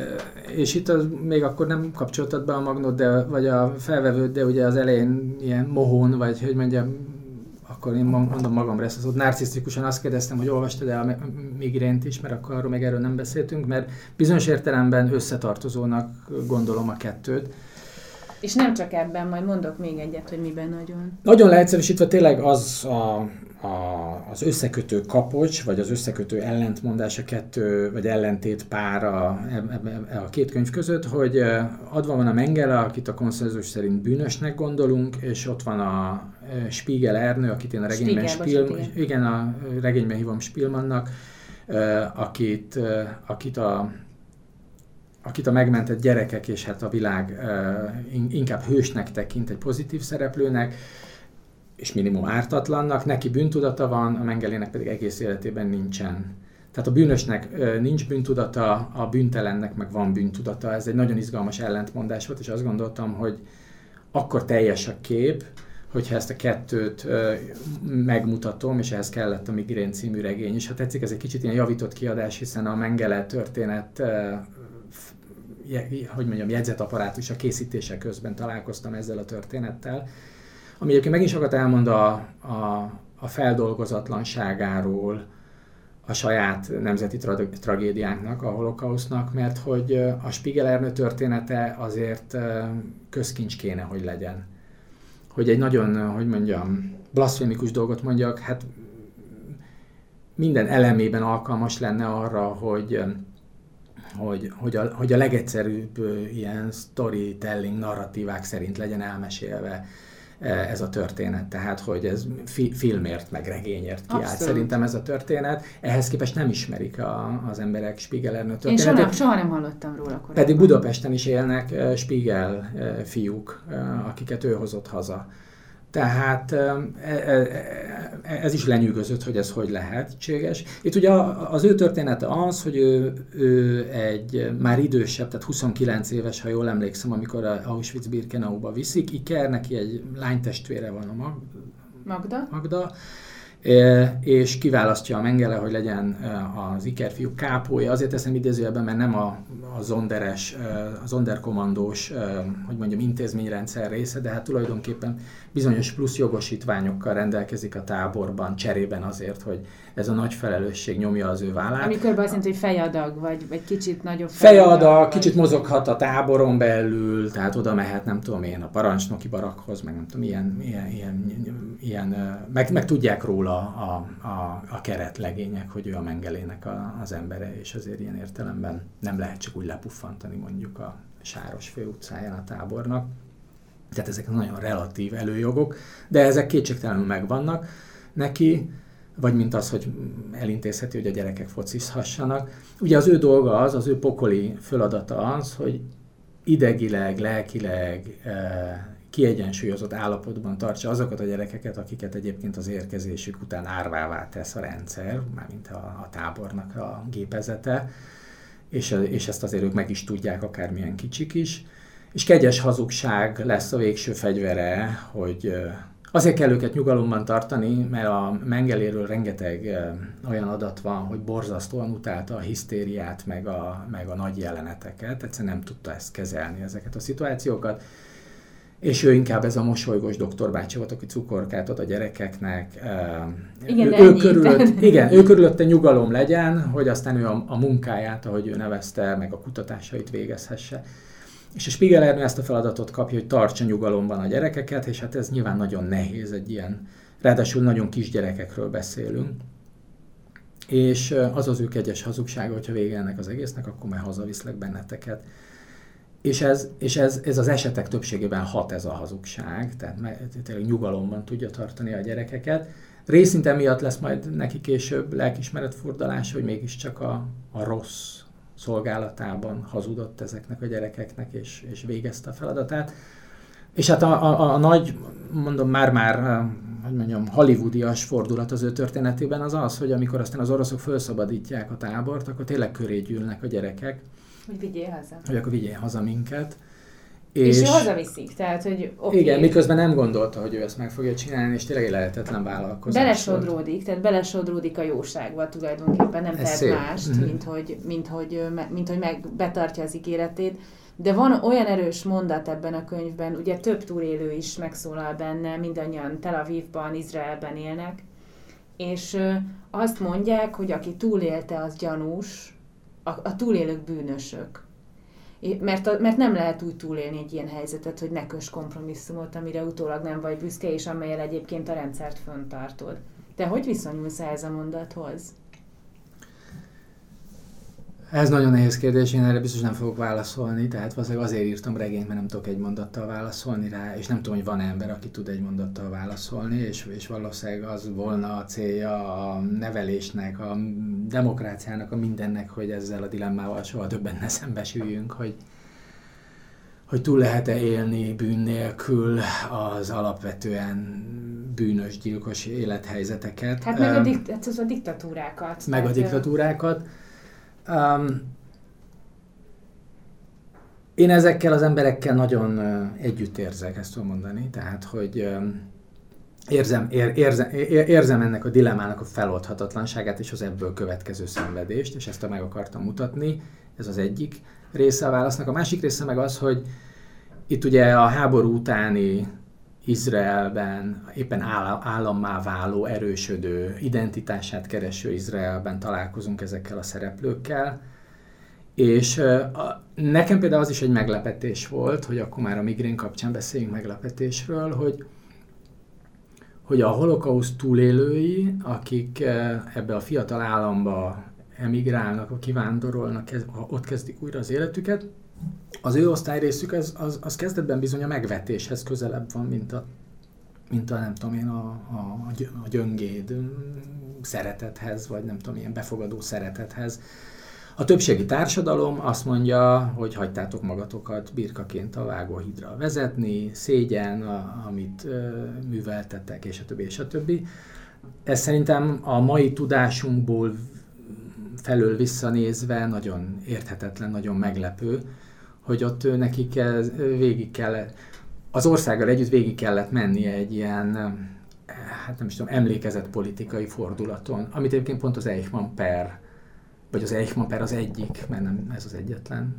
és itt az, még akkor nem kapcsoltad be a magnót, de, vagy a felvevőt, de ugye az elején ilyen mohón, vagy hogy mondjam, akkor én mondom magamra ezt az ott narcisztikusan azt kérdeztem, hogy olvastad el a Migrént is, mert akkor arról még erről nem beszéltünk, mert bizonyos értelemben összetartozónak gondolom a kettőt. És nem csak ebben, majd mondok még egyet, hogy miben nagyon. Nagyon leegyszerűsítve tényleg az a, a, az összekötő kapocs, vagy az összekötő ellentmondás a kettő, vagy ellentét pár a, a, a két könyv között, hogy adva van a Mengele, akit a konszenzus szerint bűnösnek gondolunk, és ott van a Spiegel Ernő, akit én a regényben, Spiegel, Spiel, bocsánat, igen, a regényben hívom Spielmannnak, akit, akit a akit a megmentett gyerekek és hát a világ uh, inkább hősnek tekint, egy pozitív szereplőnek, és minimum ártatlannak, neki bűntudata van, a Mengelének pedig egész életében nincsen. Tehát a bűnösnek uh, nincs bűntudata, a bűntelennek meg van bűntudata. Ez egy nagyon izgalmas ellentmondás volt, és azt gondoltam, hogy akkor teljes a kép, hogyha ezt a kettőt uh, megmutatom, és ehhez kellett a Migrén című regény is. Ha tetszik, ez egy kicsit ilyen javított kiadás, hiszen a Mengele történet uh, hogy mondjam, jegyzetapparátus a készítése közben találkoztam ezzel a történettel, ami egyébként megint sokat elmond a, a, a feldolgozatlanságáról, a saját nemzeti tra- tragédiánknak, a holokausznak, mert hogy a Spiegel Ernő története azért közkincs kéne, hogy legyen. Hogy egy nagyon, hogy mondjam, blaszfémikus dolgot mondjak, hát minden elemében alkalmas lenne arra, hogy Hogy, hogy, a, hogy a legegyszerűbb uh, ilyen storytelling narratívák szerint legyen elmesélve uh, ez a történet. Tehát, hogy ez fi, filmért, meg regényért kiállt. Abszolút. Szerintem ez a történet. Ehhez képest nem ismerik a, az emberek Spiegel Ernő történetét. Én soha, soha nem hallottam róla korábban. Pedig Budapesten is élnek uh, Spiegel uh, fiúk, uh, akiket ő hozott haza. Tehát ez is lenyűgözött, hogy ez hogy lehetséges. Itt ugye az ő története az, hogy ő, ő egy már idősebb, tehát huszonkilenc éves, ha jól emlékszem, amikor a Auschwitz-Birkenauba viszik. Iker, neki egy lánytestvére van, a Mag- Magda. Magda, és kiválasztja a Mengele, hogy legyen az ikerfiú kápója. Azért teszem idézőjelben, mert nem a, a zonderes, a zonderkommandós, hogy mondjam, intézményrendszer része, de hát tulajdonképpen bizonyos plusz jogosítványokkal rendelkezik a táborban, cserében azért, hogy ez a nagy felelősség nyomja az ő vállát. Amikor azt jelenti, hogy fejadag, vagy, vagy kicsit nagyobb fejadag. Fejadag, vagy... kicsit mozoghat a táboron belül, tehát oda mehet, nem tudom én, a parancsnoki barakhoz, meg nem tudom, ilyen, ilyen, ilyen, ilyen meg, meg tudják róla a, a, a keretlegények, hogy ő a Mengelének a, az embere, és azért ilyen értelemben nem lehet csak úgy lepuffantani mondjuk a Sáros főutcáján a tábornak. Tehát ezek nagyon relatív előjogok, de ezek kétségtelenül megvannak neki, vagy mint az, hogy elintézheti, hogy a gyerekek focizhassanak. Ugye az ő dolga az, az ő pokoli feladata az, hogy idegileg, lelkileg kiegyensúlyozott állapotban tartsa azokat a gyerekeket, akiket egyébként az érkezésük után árvává tesz a rendszer, mármint a, a tábornak a gépezete, és, és ezt azért ők meg is tudják, akármilyen kicsik is. És kegyes hazugság lesz a végső fegyvere, hogy azért kell őket nyugalomban tartani, mert a Mengeléről rengeteg olyan adat van, hogy borzasztóan utálta a hisztériát, meg a, meg a nagy jeleneteket, egyszerűen nem tudta ezt kezelni, ezeket a szituációkat. És ő inkább ez a mosolygós doktorbácsi volt, aki cukorkát ad a gyerekeknek. Igen, ő, ő körülött, igen, ő körülötte nyugalom legyen, hogy aztán ő a, a munkáját, ahogy ő nevezte, meg a kutatásait végezhesse. És a Spiegel Ernő ezt a feladatot kapja, hogy tartsa nyugalomban a gyerekeket, és hát ez nyilván nagyon nehéz egy ilyen, ráadásul nagyon kis gyerekekről beszélünk. És az az ő kegyes hazugsága, hogyha vége ennek az egésznek, akkor majd hazaviszlek benneteket. És, ez, és ez, ez az esetek többségében hat ez a hazugság, tehát tényleg nyugalomban tudja tartani a gyerekeket. Részint emiatt lesz majd neki később lelkiismeretfurdalás, hogy mégiscsak a, a rossz szolgálatában hazudott ezeknek a gyerekeknek, és, és végezte a feladatát. És hát a, a, a nagy, mondom, már-már, hogy mondjam, hollywoodias fordulat az ő történetében az az, hogy amikor aztán az oroszok felszabadítják a tábort, akkor tényleg köré gyűlnek a gyerekek. Hogy vigyél haza. Hogy akkor vigyél haza minket. És, és ő hazaviszik, tehát, hogy okay. Igen, miközben nem gondolta, hogy ő ezt meg fogja csinálni, és tényleg egy lehetetlen vállalkozás. Belesodródik, tehát belesodródik a jóságba tulajdonképpen, nem tehet mást, mm-hmm. mint, hogy, mint, hogy, mint hogy meg betartja az ígéretét. De van olyan erős mondat ebben a könyvben, ugye több túlélő is megszólal benne, mindannyian Tel Avivban, Izraelben élnek, és azt mondják, hogy aki túlélte, az gyanús, a, a túlélők bűnösök. Mert, mert nem lehet úgy túlélni egy ilyen helyzetet, hogy ne köss kompromisszumot, amire utólag nem vagy büszke, és amellyel egyébként a rendszert föntartod. Te hogy viszonyulsz ehhez a mondathoz? Ez nagyon nehéz kérdés, én erre biztos nem fogok válaszolni, tehát valószínűleg azért írtam regényt, mert nem tudok egy mondattal válaszolni rá, és nem tudom, hogy van ember, aki tud egy mondattal válaszolni, és, és valószínűleg az volna a célja a nevelésnek, a demokráciának, a mindennek, hogy ezzel a dilemmával soha többen ne szembesüljünk, hogy, hogy túl lehet-e élni bűn nélkül az alapvetően bűnös, gyilkos élethelyzeteket. Hát meg a, dikt- hát az a diktatúrákat. Meg tehát a diktatúrákat. Um, én ezekkel az emberekkel nagyon uh, együtt érzek, ezt tudom mondani, tehát, hogy um, érzem, ér, érzem, ér, érzem ennek a dilemmának a feloldhatatlanságát és az ebből következő szenvedést, és ezt meg akartam mutatni, ez az egyik része a válasznak. A másik része meg az, hogy itt ugye a háború utáni Izraelben, éppen állammá váló, erősödő, identitását kereső Izraelben találkozunk ezekkel a szereplőkkel, és a, nekem például az is egy meglepetés volt, hogy akkor már a migrén kapcsán beszéljünk meglepetésről, hogy, hogy a holokauszt túlélői, akik ebbe a fiatal államba emigrálnak, kivándorolnak, ott kezdik újra az életüket, az ő osztályrészük az, az, az kezdetben bizony a megvetéshez közelebb van, mint a, mint a nem tudom én, a, a, a gyöngéd szeretethez, vagy nem tudom, ilyen befogadó szeretethez. A többségi társadalom azt mondja, hogy hagytátok magatokat birkaként a vágóhídra vezetni, szégyen, a, amit ö, műveltettek, és a többi, és a többi. Ez szerintem a mai tudásunkból felől visszanézve nagyon érthetetlen, nagyon meglepő, hogy ott ő nekik végig kellett, az országgal együtt végig kellett mennie egy ilyen, hát nem is tudom, emlékezett politikai fordulaton, amit egyébként pont az Eichmann per, vagy az Eichmann per az egyik, mert nem ez az egyetlen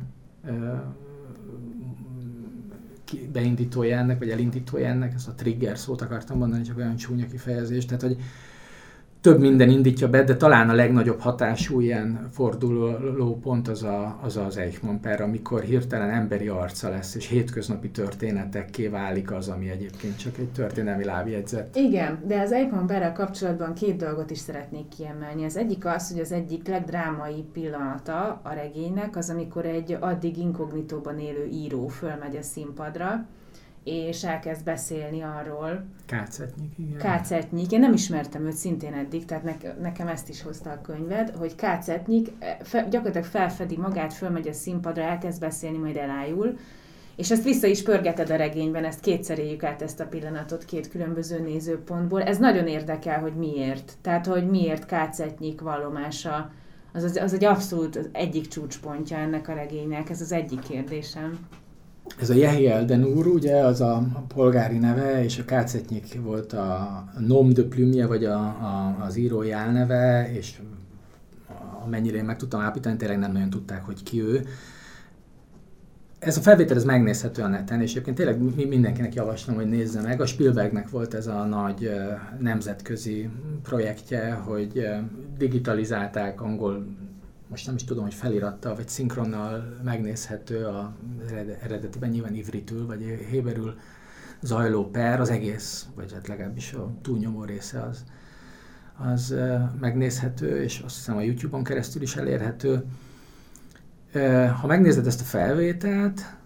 beindítója ennek, vagy elindítója ennek, ezt a trigger szót akartam mondani, csak olyan csúnya kifejezés, tehát hogy több minden indítja be, de talán a legnagyobb hatású ilyen forduló pont az a, az, az Eichmann per, amikor hirtelen emberi arca lesz, és hétköznapi történetekké válik az, ami egyébként csak egy történelmi lábjegyzet. Igen, de az Eichmann perrel kapcsolatban két dolgot is szeretnék kiemelni. Az egyik az, hogy az egyik legdrámai pillanata a regénynek az, amikor egy addig inkognitóban élő író fölmegy a színpadra, és elkezd beszélni arról. Kácetnyik, igen. Kácetnyik, én nem ismertem őt szintén eddig, tehát ne, nekem ezt is hozta a könyved, hogy Kácetnyik fe, gyakorlatilag felfedi magát, fölmegy a színpadra, elkezd beszélni, majd elájul, és ezt vissza is pörgeted a regényben, ezt kétszer éljük át ezt a pillanatot két különböző nézőpontból. Ez nagyon érdekel, hogy miért. Tehát, hogy miért Kácetnyik vallomása, az, az, az egy abszolút az egyik csúcspontja ennek a regénynek, ez az egyik kérdésem. Ez a Yehiel Ben-Ur, ugye, az a polgári neve, és a Kácetnyik volt a nom de plume, vagy a, a, az írói álneve, és amennyire én meg tudtam állapítani, tényleg nem nagyon tudták, hogy ki ő. Ez a felvétel ez megnézhető a neten, és egyébként tényleg mindenkinek javaslom, hogy nézze meg. A Spielbergnek volt ez a nagy nemzetközi projektje, hogy digitalizálták angol, most nem is tudom, hogy felirattal vagy szinkronnal megnézhető az eredetiben, nyilván ivritül vagy héberül zajló per, az egész, vagy hát legalábbis a túlnyomó része az, az megnézhető, és azt hiszem a YouTube-on keresztül is elérhető. Ha megnézed ezt a felvételt,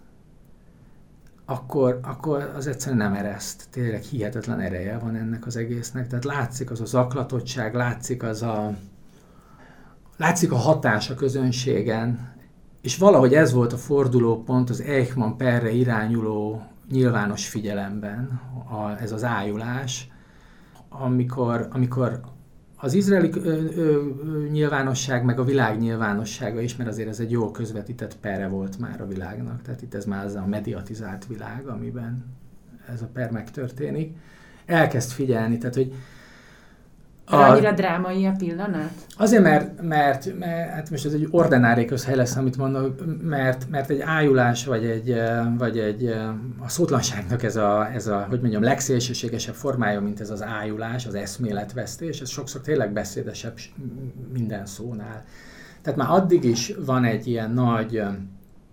akkor, akkor az egyszerűen nem ereszt. Tényleg hihetetlen ereje van ennek az egésznek. Tehát látszik az a zaklatottság, látszik az a Látszik a hatás a közönségen, és valahogy ez volt a fordulópont az Eichmann perre irányuló nyilvános figyelemben, a, ez az ájulás, amikor, amikor az izraeli ö, ö, nyilvánosság, meg a világ nyilvánossága is, mert azért ez egy jól közvetített perre volt már a világnak, tehát itt ez már az a mediatizált világ, amiben ez a per megtörténik, elkezd figyelni, tehát hogy annyira drámai a pillanat? Azért, mert, mert, mert hát most ez egy ordinári közhely lesz, amit mondok, mert, mert egy ájulás, vagy egy, vagy egy a szótlanságnak ez a, ez a, hogy mondjam, legszélsőségesebb formája, mint ez az ájulás, az eszméletvesztés, ez sokszor tényleg beszédesebb minden szónál. Tehát már addig is van egy ilyen nagy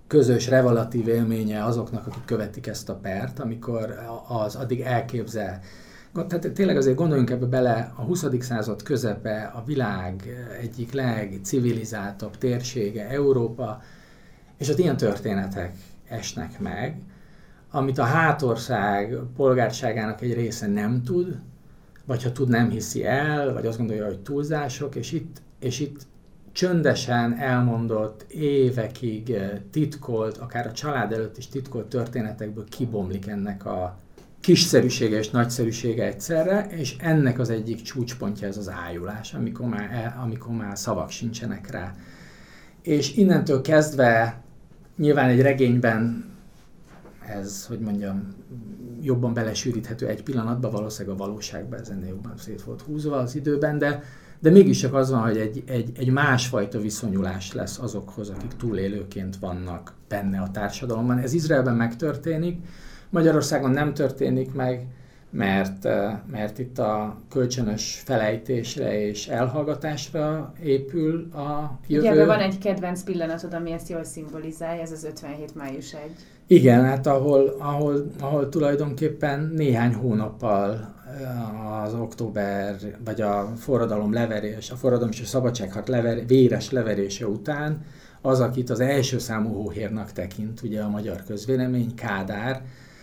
közös revelatív élménye azoknak, akik követik ezt a pert, amikor az addig elképzel. Tehát tényleg azért gondoljunk ebbe bele, a huszadik század közepe, a világ egyik legcivilizáltabb térsége, Európa, és ott ilyen történetek esnek meg, amit a hátország polgárságának egy része nem tud, vagy ha tud, nem hiszi el, vagy azt gondolja, hogy túlzások, és itt, és itt csöndesen elmondott, évekig titkolt, akár a család előtt is titkolt történetekből kibomlik ennek a kiszerűsége és nagyszerűsége egyszerre, és ennek az egyik csúcspontja ez az ájulás, amikor már, amikor már szavak sincsenek rá. És innentől kezdve nyilván egy regényben ez, hogy mondjam, jobban belesűríthető egy pillanatban, valószínűleg a valóságban ez ennél jobban szét volt húzva az időben, de, de mégis csak az van, hogy egy, egy, egy másfajta viszonyulás lesz azokhoz, akik túlélőként vannak benne a társadalomban. Ez Izraelben megtörténik, Magyarországon nem történik meg, mert, mert itt a kölcsönös felejtésre és elhallgatásra épül a jövő. Ugye van egy kedvenc pillanatod, ami ezt jól szimbolizálja, ez az ötvenhét május egy. Igen, hát ahol, ahol, ahol tulajdonképpen néhány hónappal az október, vagy a forradalom leverés, a forradalom és a szabadságharc lever, véres leverése után az, akit az első számú hóhérnak tekint, ugye a magyar közvélemény, Kádár,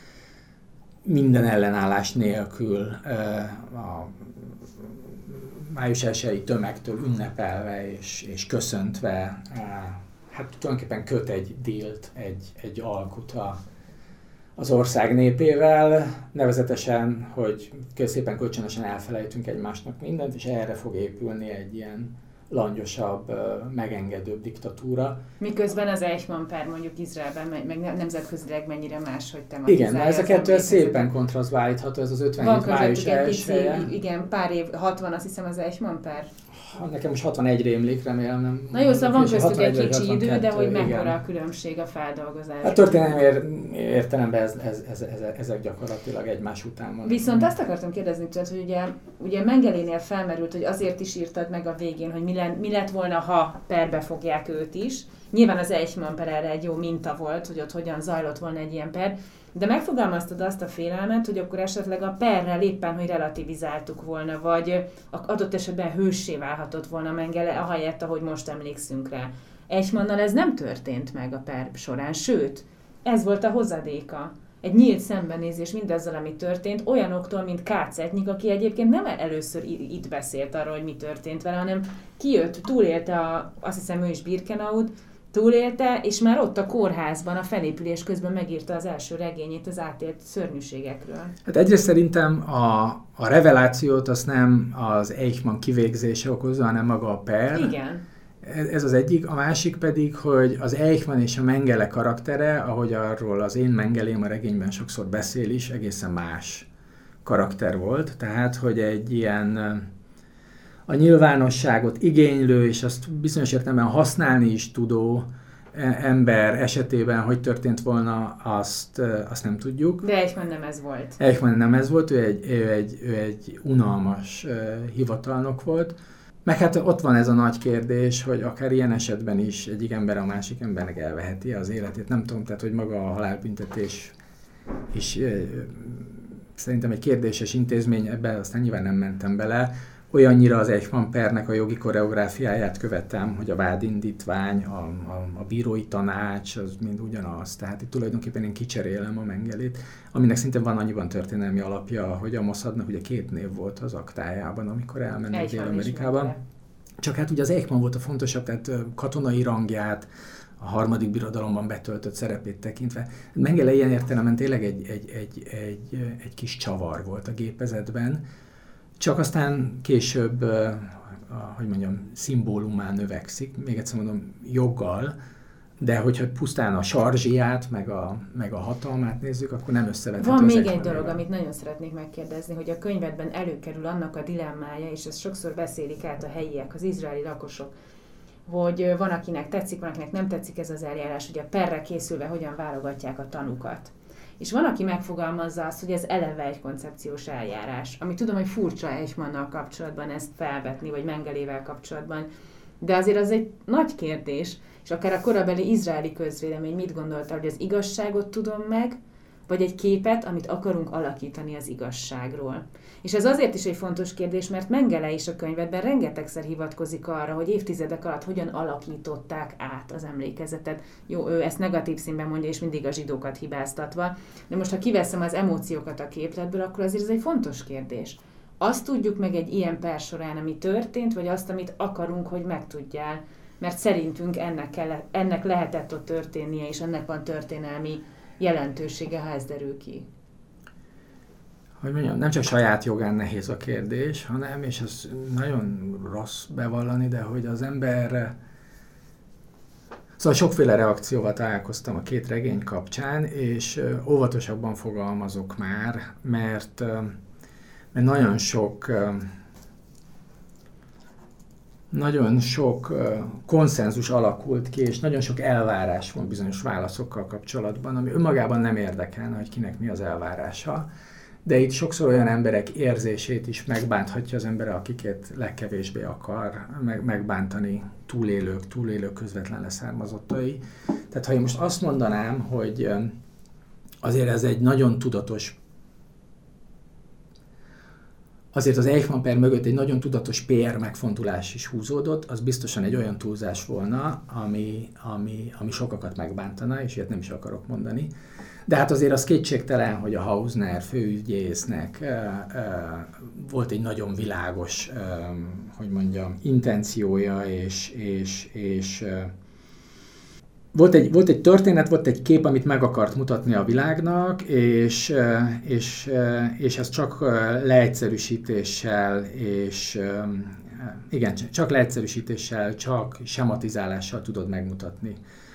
minden ellenállás nélkül a május elsejei tömegtől ünnepelve és, és köszöntve, hát tulajdonképpen köt egy dílt, egy, egy alkut a, az ország népével, nevezetesen, hogy szépen kölcsönösen elfelejtünk egymásnak mindent, és erre fog épülni egy ilyen langyosabb, megengedőbb diktatúra. Miközben az Eichmann per mondjuk Izraelben, meg nemzetközileg mennyire máshogy Igen, tematizálja. ez a kettő ez szépen kontrasztba állítható, ez az ötvenhét május elsője. Igen, pár év, hatvan azt hiszem az Eichmann per. Nekem most hatvanegy rémlik, remélem nem. Na jó, szóval van köztük egy kicsi idő, de hogy mekkora a különbség a feldolgozásban. A történelmi ér, értelemben ez, ez, ez, ez, ezek gyakorlatilag egymás után van. Viszont azt akartam kérdezni tőled, hogy ugye, ugye Mengelénél felmerült, hogy azért is írtad meg a végén, hogy mi, len, mi lett volna, ha perbe fogják őt is. Nyilván az Eichmann per erre egy jó minta volt, hogy ott hogyan zajlott volna egy ilyen per, de megfogalmaztad azt a félelmet, hogy akkor esetleg a perrel éppen, hogy relativizáltuk volna, vagy adott esetben hőssé válhatott volna Mengele, ahelyett, ahogy most emlékszünk rá. Eichmannnal ez nem történt meg a per során, sőt, ez volt a hozadéka. Egy nyílt szembenézés mindazzal, ami történt, olyanoktól, mint Kácetnyik, aki egyébként nem először itt beszélt arról, hogy mi történt vele, hanem kijött, túlélte, a, azt hiszem ő is Birkenaut, túlélte, és már ott a kórházban a felépülés közben megírta az első regényét az átélt szörnyűségekről. Hát egyrészt szerintem a, a revelációt azt nem az Eichmann kivégzése okozza, hanem maga a per. Igen. Ez az egyik. A másik pedig, hogy az Eichmann és a Mengele karaktere, ahogy arról az én Mengelém a regényben sokszor beszél is, egészen más karakter volt. Tehát, hogy egy ilyen a nyilvánosságot igénylő, és azt bizonyos értelemben használni is tudó ember esetében, hogy történt volna, azt, azt nem tudjuk. De Eichmann nem ez volt. Eichmann nem ez volt, ő egy, ő egy, ő egy unalmas uh, hivatalnok volt. Meg hát ott van ez a nagy kérdés, hogy akár ilyen esetben is egyik ember a másik embernek elveheti az életét. Nem tudom, tehát hogy maga a halálbüntetés is uh, szerintem egy kérdéses intézmény, ebben aztán nyilván nem mentem bele. Olyannyira az Eichmann pernek a jogi koreográfiáját követtem, hogy a vádindítvány, a, a, a bírói tanács, az mind ugyanaz. Tehát itt tulajdonképpen én kicserélem a Mengelét, aminek szintén van annyiban történelmi alapja, hogy a Mossadnak ugye két név volt az aktájában, amikor elmennek Dél-Amerikában. Csak hát ugye az Eichmann volt a fontosabb, tehát katonai rangját, a harmadik birodalomban betöltött szerepét tekintve. Mengele ilyen értelemben tényleg egy, egy, egy, egy, egy kis csavar volt a gépezetben, csak aztán később, hogy mondjam, szimbólumán növekszik, még egyszer mondom, joggal, de hogyha pusztán a sarzsiát, meg a, meg a hatalmát nézzük, akkor nem összevethető. Van még egy dolog, amit nagyon szeretnék megkérdezni, hogy a könyvedben előkerül annak a dilemmája, és ezt sokszor beszélik át a helyiek, az izraeli lakosok, hogy van, akinek tetszik, van, akinek nem tetszik ez az eljárás, hogy a perre készülve hogyan válogatják a tanukat. És van, aki megfogalmazza azt, hogy ez eleve egy koncepciós eljárás, ami tudom, hogy furcsa Eichmannnal kapcsolatban ezt felvetni, vagy Mengelével kapcsolatban, de azért az egy nagy kérdés, és akár a korabeli izraeli közvélemény mit gondolta, hogy az igazságot tudom meg, vagy egy képet, amit akarunk alakítani az igazságról. És ez azért is egy fontos kérdés, mert Mengele is a könyvedben rengetegszer hivatkozik arra, hogy évtizedek alatt hogyan alakították át az emlékezetet. Jó, ő ezt negatív színben mondja, és mindig a zsidókat hibáztatva. De most, ha kiveszem az emóciókat a képletből, akkor azért ez egy fontos kérdés. Azt tudjuk meg egy ilyen per során, ami történt, vagy azt, amit akarunk, hogy megtudjál. Mert szerintünk ennek, kell, ennek lehetett ott történnie, és ennek van történelmi jelentősége, ha ez derül ki. Hogy mondjam, nem csak saját jogán nehéz a kérdés, hanem, és ez nagyon rossz bevallani, de hogy az ember... Szóval sokféle reakcióval találkoztam a két regény kapcsán, és óvatosabban fogalmazok már, mert, mert nagyon sok... nagyon sok konszenzus alakult ki, és nagyon sok elvárás van bizonyos válaszokkal kapcsolatban, ami önmagában nem érdekelne, hogy kinek mi az elvárása, de itt sokszor olyan emberek érzését is megbánthatja az ember, akiket legkevésbé akar meg, megbántani, túlélők, túlélők közvetlen leszármazottai. Tehát ha én most azt mondanám, hogy azért ez egy nagyon tudatos Azért az Eichmann-per mögött egy nagyon tudatos pé er megfontolás is húzódott, az biztosan egy olyan túlzás volna, ami, ami, ami sokakat megbántana, és ilyet nem is akarok mondani. De hát azért az kétségtelen, hogy a Hausner főügyésznek uh, uh, volt egy nagyon világos, uh, hogy mondjam, intenciója, és, és, és uh, Volt egy, volt egy történet, volt egy kép, amit meg akart mutatni a világnak, és, és, és ezt csak leegyszerűsítéssel, és igen, csak leegyszerűsítéssel, csak sematizálással tudod megmutatni.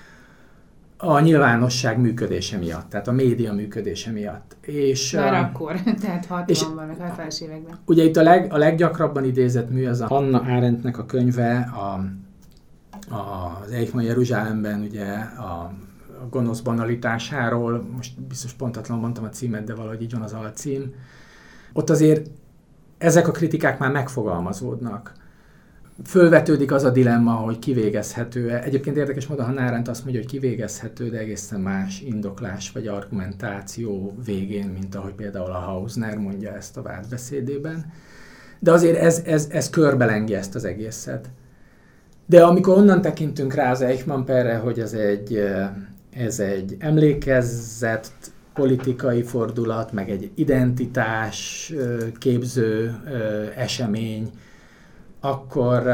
A nyilvánosság működése miatt, tehát a média működése miatt. És, Már akkor, tehát hatvanban, meg hatvanas években. Ugye itt a, leg, a leggyakrabban idézett mű az a Hannah Arendtnek a könyve, a az Eichmann Jeruzsálemben ugye a, a gonosz banalitásáról, most biztos pontatlanul mondtam a címet, de valahogy így van az alcím. Ott azért ezek a kritikák már megfogalmazódnak. Fölvetődik az a dilemma, hogy kivégezhető-e. Egyébként érdekes módon Hannah Arendt azt mondja, hogy kivégezhető, de egészen más indoklás vagy argumentáció végén, mint ahogy például a Hausner mondja ezt a vádbeszédében. De azért ez, ez, ez körbelengi ezt az egészet. De amikor onnan tekintünk rá az Eichmann-perre, hogy ez egy, ez egy emlékezett politikai fordulat, meg egy identitás képző esemény, akkor,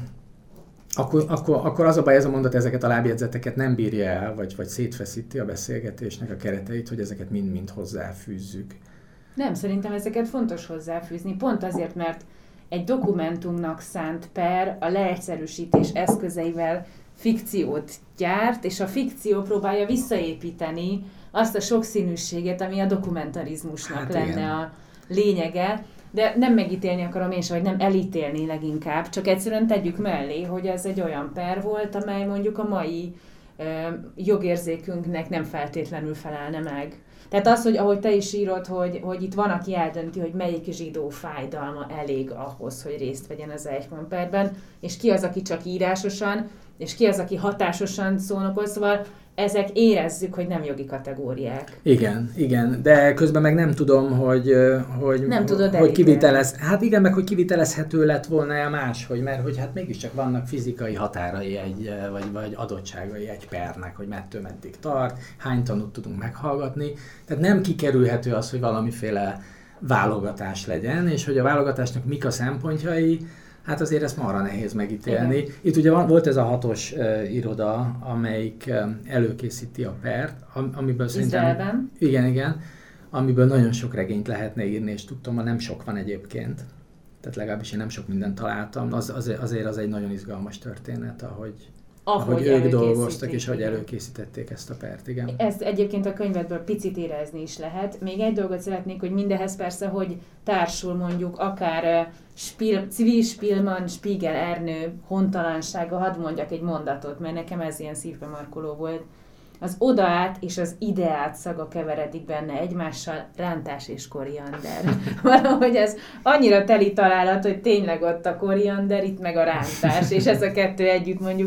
akkor, akkor, akkor az a baj, ez a mondat ezeket a lábjegyzeteket nem bírja el, vagy, vagy szétfeszíti a beszélgetésnek a kereteit, hogy ezeket mind-mind hozzáfűzzük. Nem, szerintem ezeket fontos hozzáfűzni, pont azért, mert egy dokumentumnak szánt per a leegyszerűsítés eszközeivel fikciót gyárt, és a fikció próbálja visszaépíteni azt a sokszínűséget, ami a dokumentarizmusnak hát lenne igen. a lényege. De nem megítélni akarom én sem, vagy nem elítélni leginkább, csak egyszerűen tegyük mellé, hogy ez egy olyan per volt, amely mondjuk a mai ö, jogérzékünknek nem feltétlenül felelne meg. Tehát az, hogy ahogy te is írod, hogy, hogy itt van, aki eldönti, hogy melyik zsidó fájdalma elég ahhoz, hogy részt vegyen az Eichmann-perben, és ki az, aki csak írásosan, és ki az, aki hatásosan szónokol, szóval ezek érezzük, hogy nem jogi kategóriák. Igen, igen, de közben meg nem tudom, hogy, hogy, nem tudod hogy kivitelez, hát igen, meg hogy kivitelezhető lett volna-e máshogy, mert hogy hát mégiscsak vannak fizikai határai egy, vagy, vagy adottságai egy pernek, hogy mettől meddig tart, hány tanút tudunk meghallgatni, tehát nem kikerülhető az, hogy valamiféle válogatás legyen, és hogy a válogatásnak mik a szempontjai, hát azért ezt marra nehéz megítélni. Igen. Itt ugye van, volt ez a hatos uh, iroda, amelyik uh, előkészíti a pert, am, amiből szerintem... Izraelben. Igen, igen. Amiből nagyon sok regényt lehetne írni, és tudtam, hogy nem sok van egyébként. Tehát legalábbis én nem sok mindent találtam. Az, az, azért az egy nagyon izgalmas történet, ahogy, ahogy, ahogy ők dolgoztak, és ahogy előkészítették ezt a pert, igen. Ezt egyébként a könyvedből picit érezni is lehet. Még egy dolgot szeretnék, hogy mindehhez persze, hogy társul mondjuk akár Spiel, Zvi Spielmann, Spiegel Ernő hontalansága, hadd mondjak egy mondatot, mert nekem ez ilyen szívbemarkoló volt. Az odaát és az ideát szaga keveredik benne egymással, rántás és koriander. Valahogy ez annyira teli találat, hogy tényleg ott a koriander, itt meg a rántás, és ez a kettő együtt mondjuk,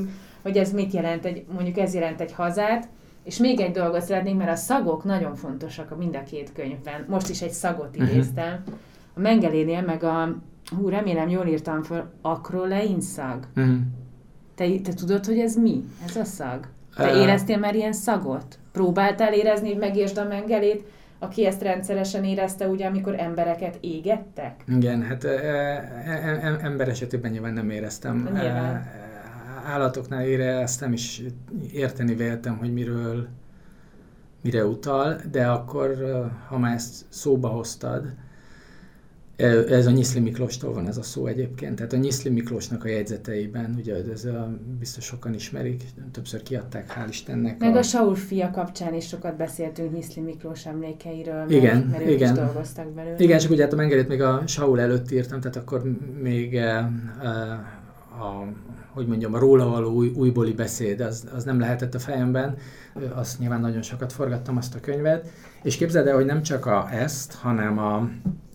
hogy ez mit jelent, egy, mondjuk ez jelent egy hazát, és még egy dolgot szeretnénk, mert a szagok nagyon fontosak a mind a két könyvben. Most is egy szagot idéztem. Uh-huh. A Mengelénél meg a, hú, remélem jól írtam fel, akrolein szag. Uh-huh. Te, te tudod, hogy ez mi? Ez a szag? Te uh, éreztél már ilyen szagot? Próbáltál érezni, hogy megértsd a Mengelét, aki ezt rendszeresen érezte, ugye, amikor embereket égettek? Igen, hát e, e, ember esetében nyilván nem éreztem. Nyilván. E, állatoknál éreztem, és érteni véltem, hogy miről, mire utal, de akkor, ha már ezt szóba hoztad, ez a Nyiszli Miklóstól van ez a szó egyébként. Tehát a Nyiszli Miklósnak a jegyzeteiben, ugye ez a, biztos sokan ismerik, többször kiadták, hál' Istennek. Meg a, a Saul fia kapcsán is sokat beszéltünk Nyiszli Miklós emlékeiről, igen, mert, mert ők igen. is dolgoztak belőle. Igen, csak ugye hát a Mengelét még a Saul előtt írtam, tehát akkor még a, a, hogy mondjam, a róla való új, újbóli beszéd, az, az nem lehetett a fejemben. Azt nyilván nagyon sokat forgattam azt a könyvet. És képzeld el, hogy nem csak a, ezt, hanem a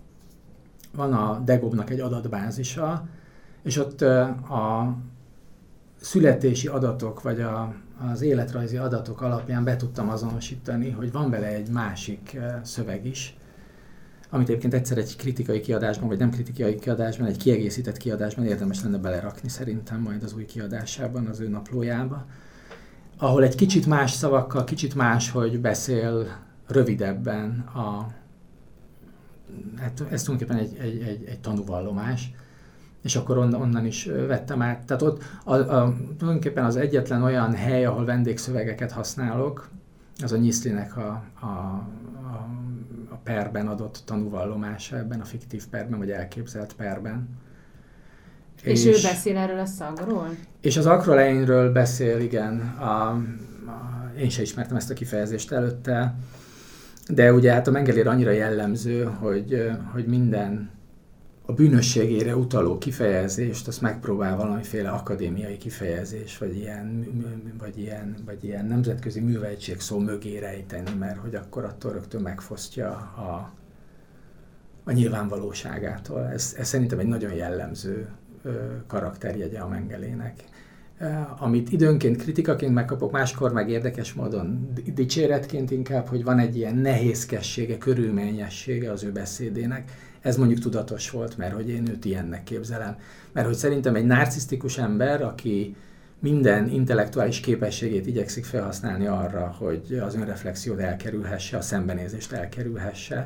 van a Degobnak egy adatbázisa, és ott a születési adatok, vagy a, az életrajzi adatok alapján be tudtam azonosítani, hogy van bele egy másik szöveg is, amit egyébként egyszer egy kritikai kiadásban, vagy nem kritikai kiadásban, egy kiegészített kiadásban érdemes lenne belerakni szerintem majd az új kiadásában, az ő naplójába, ahol egy kicsit más szavakkal, kicsit máshogy beszél rövidebben a hát ez tulajdonképpen egy, egy, egy, egy tanúvallomás, és akkor on, onnan is vettem át. Tehát ott a, a, tulajdonképpen az egyetlen olyan hely, ahol vendégszövegeket használok, az a Nyiszlinek a, a, a, a perben adott tanúvallomása, ebben a fiktív perben, vagy elképzelt perben. És, és ő beszél erről a szagról? És az akroleinről beszél, igen. A, a, én sem ismertem ezt a kifejezést előtte, de ugye hát a Mengelére annyira jellemző, hogy, hogy minden a bűnösségére utaló kifejezést, azt megpróbál valamiféle akadémiai kifejezés, vagy ilyen, vagy ilyen, vagy ilyen nemzetközi műveltség szó mögé rejteni, mert hogy akkor attól rögtön megfosztja a, a nyilvánvalóságától. Ez, ez szerintem egy nagyon jellemző karakterjegye a Mengelének. Amit időnként kritikaként megkapok, máskor meg érdekes módon dicséretként inkább, hogy van egy ilyen nehézkessége, körülményessége az ő beszédének. Ez mondjuk tudatos volt, mert hogy én őt ilyennek képzelem. Mert hogy szerintem egy narcisztikus ember, aki minden intellektuális képességét igyekszik felhasználni arra, hogy az önreflexiót elkerülhesse, a szembenézést elkerülhesse,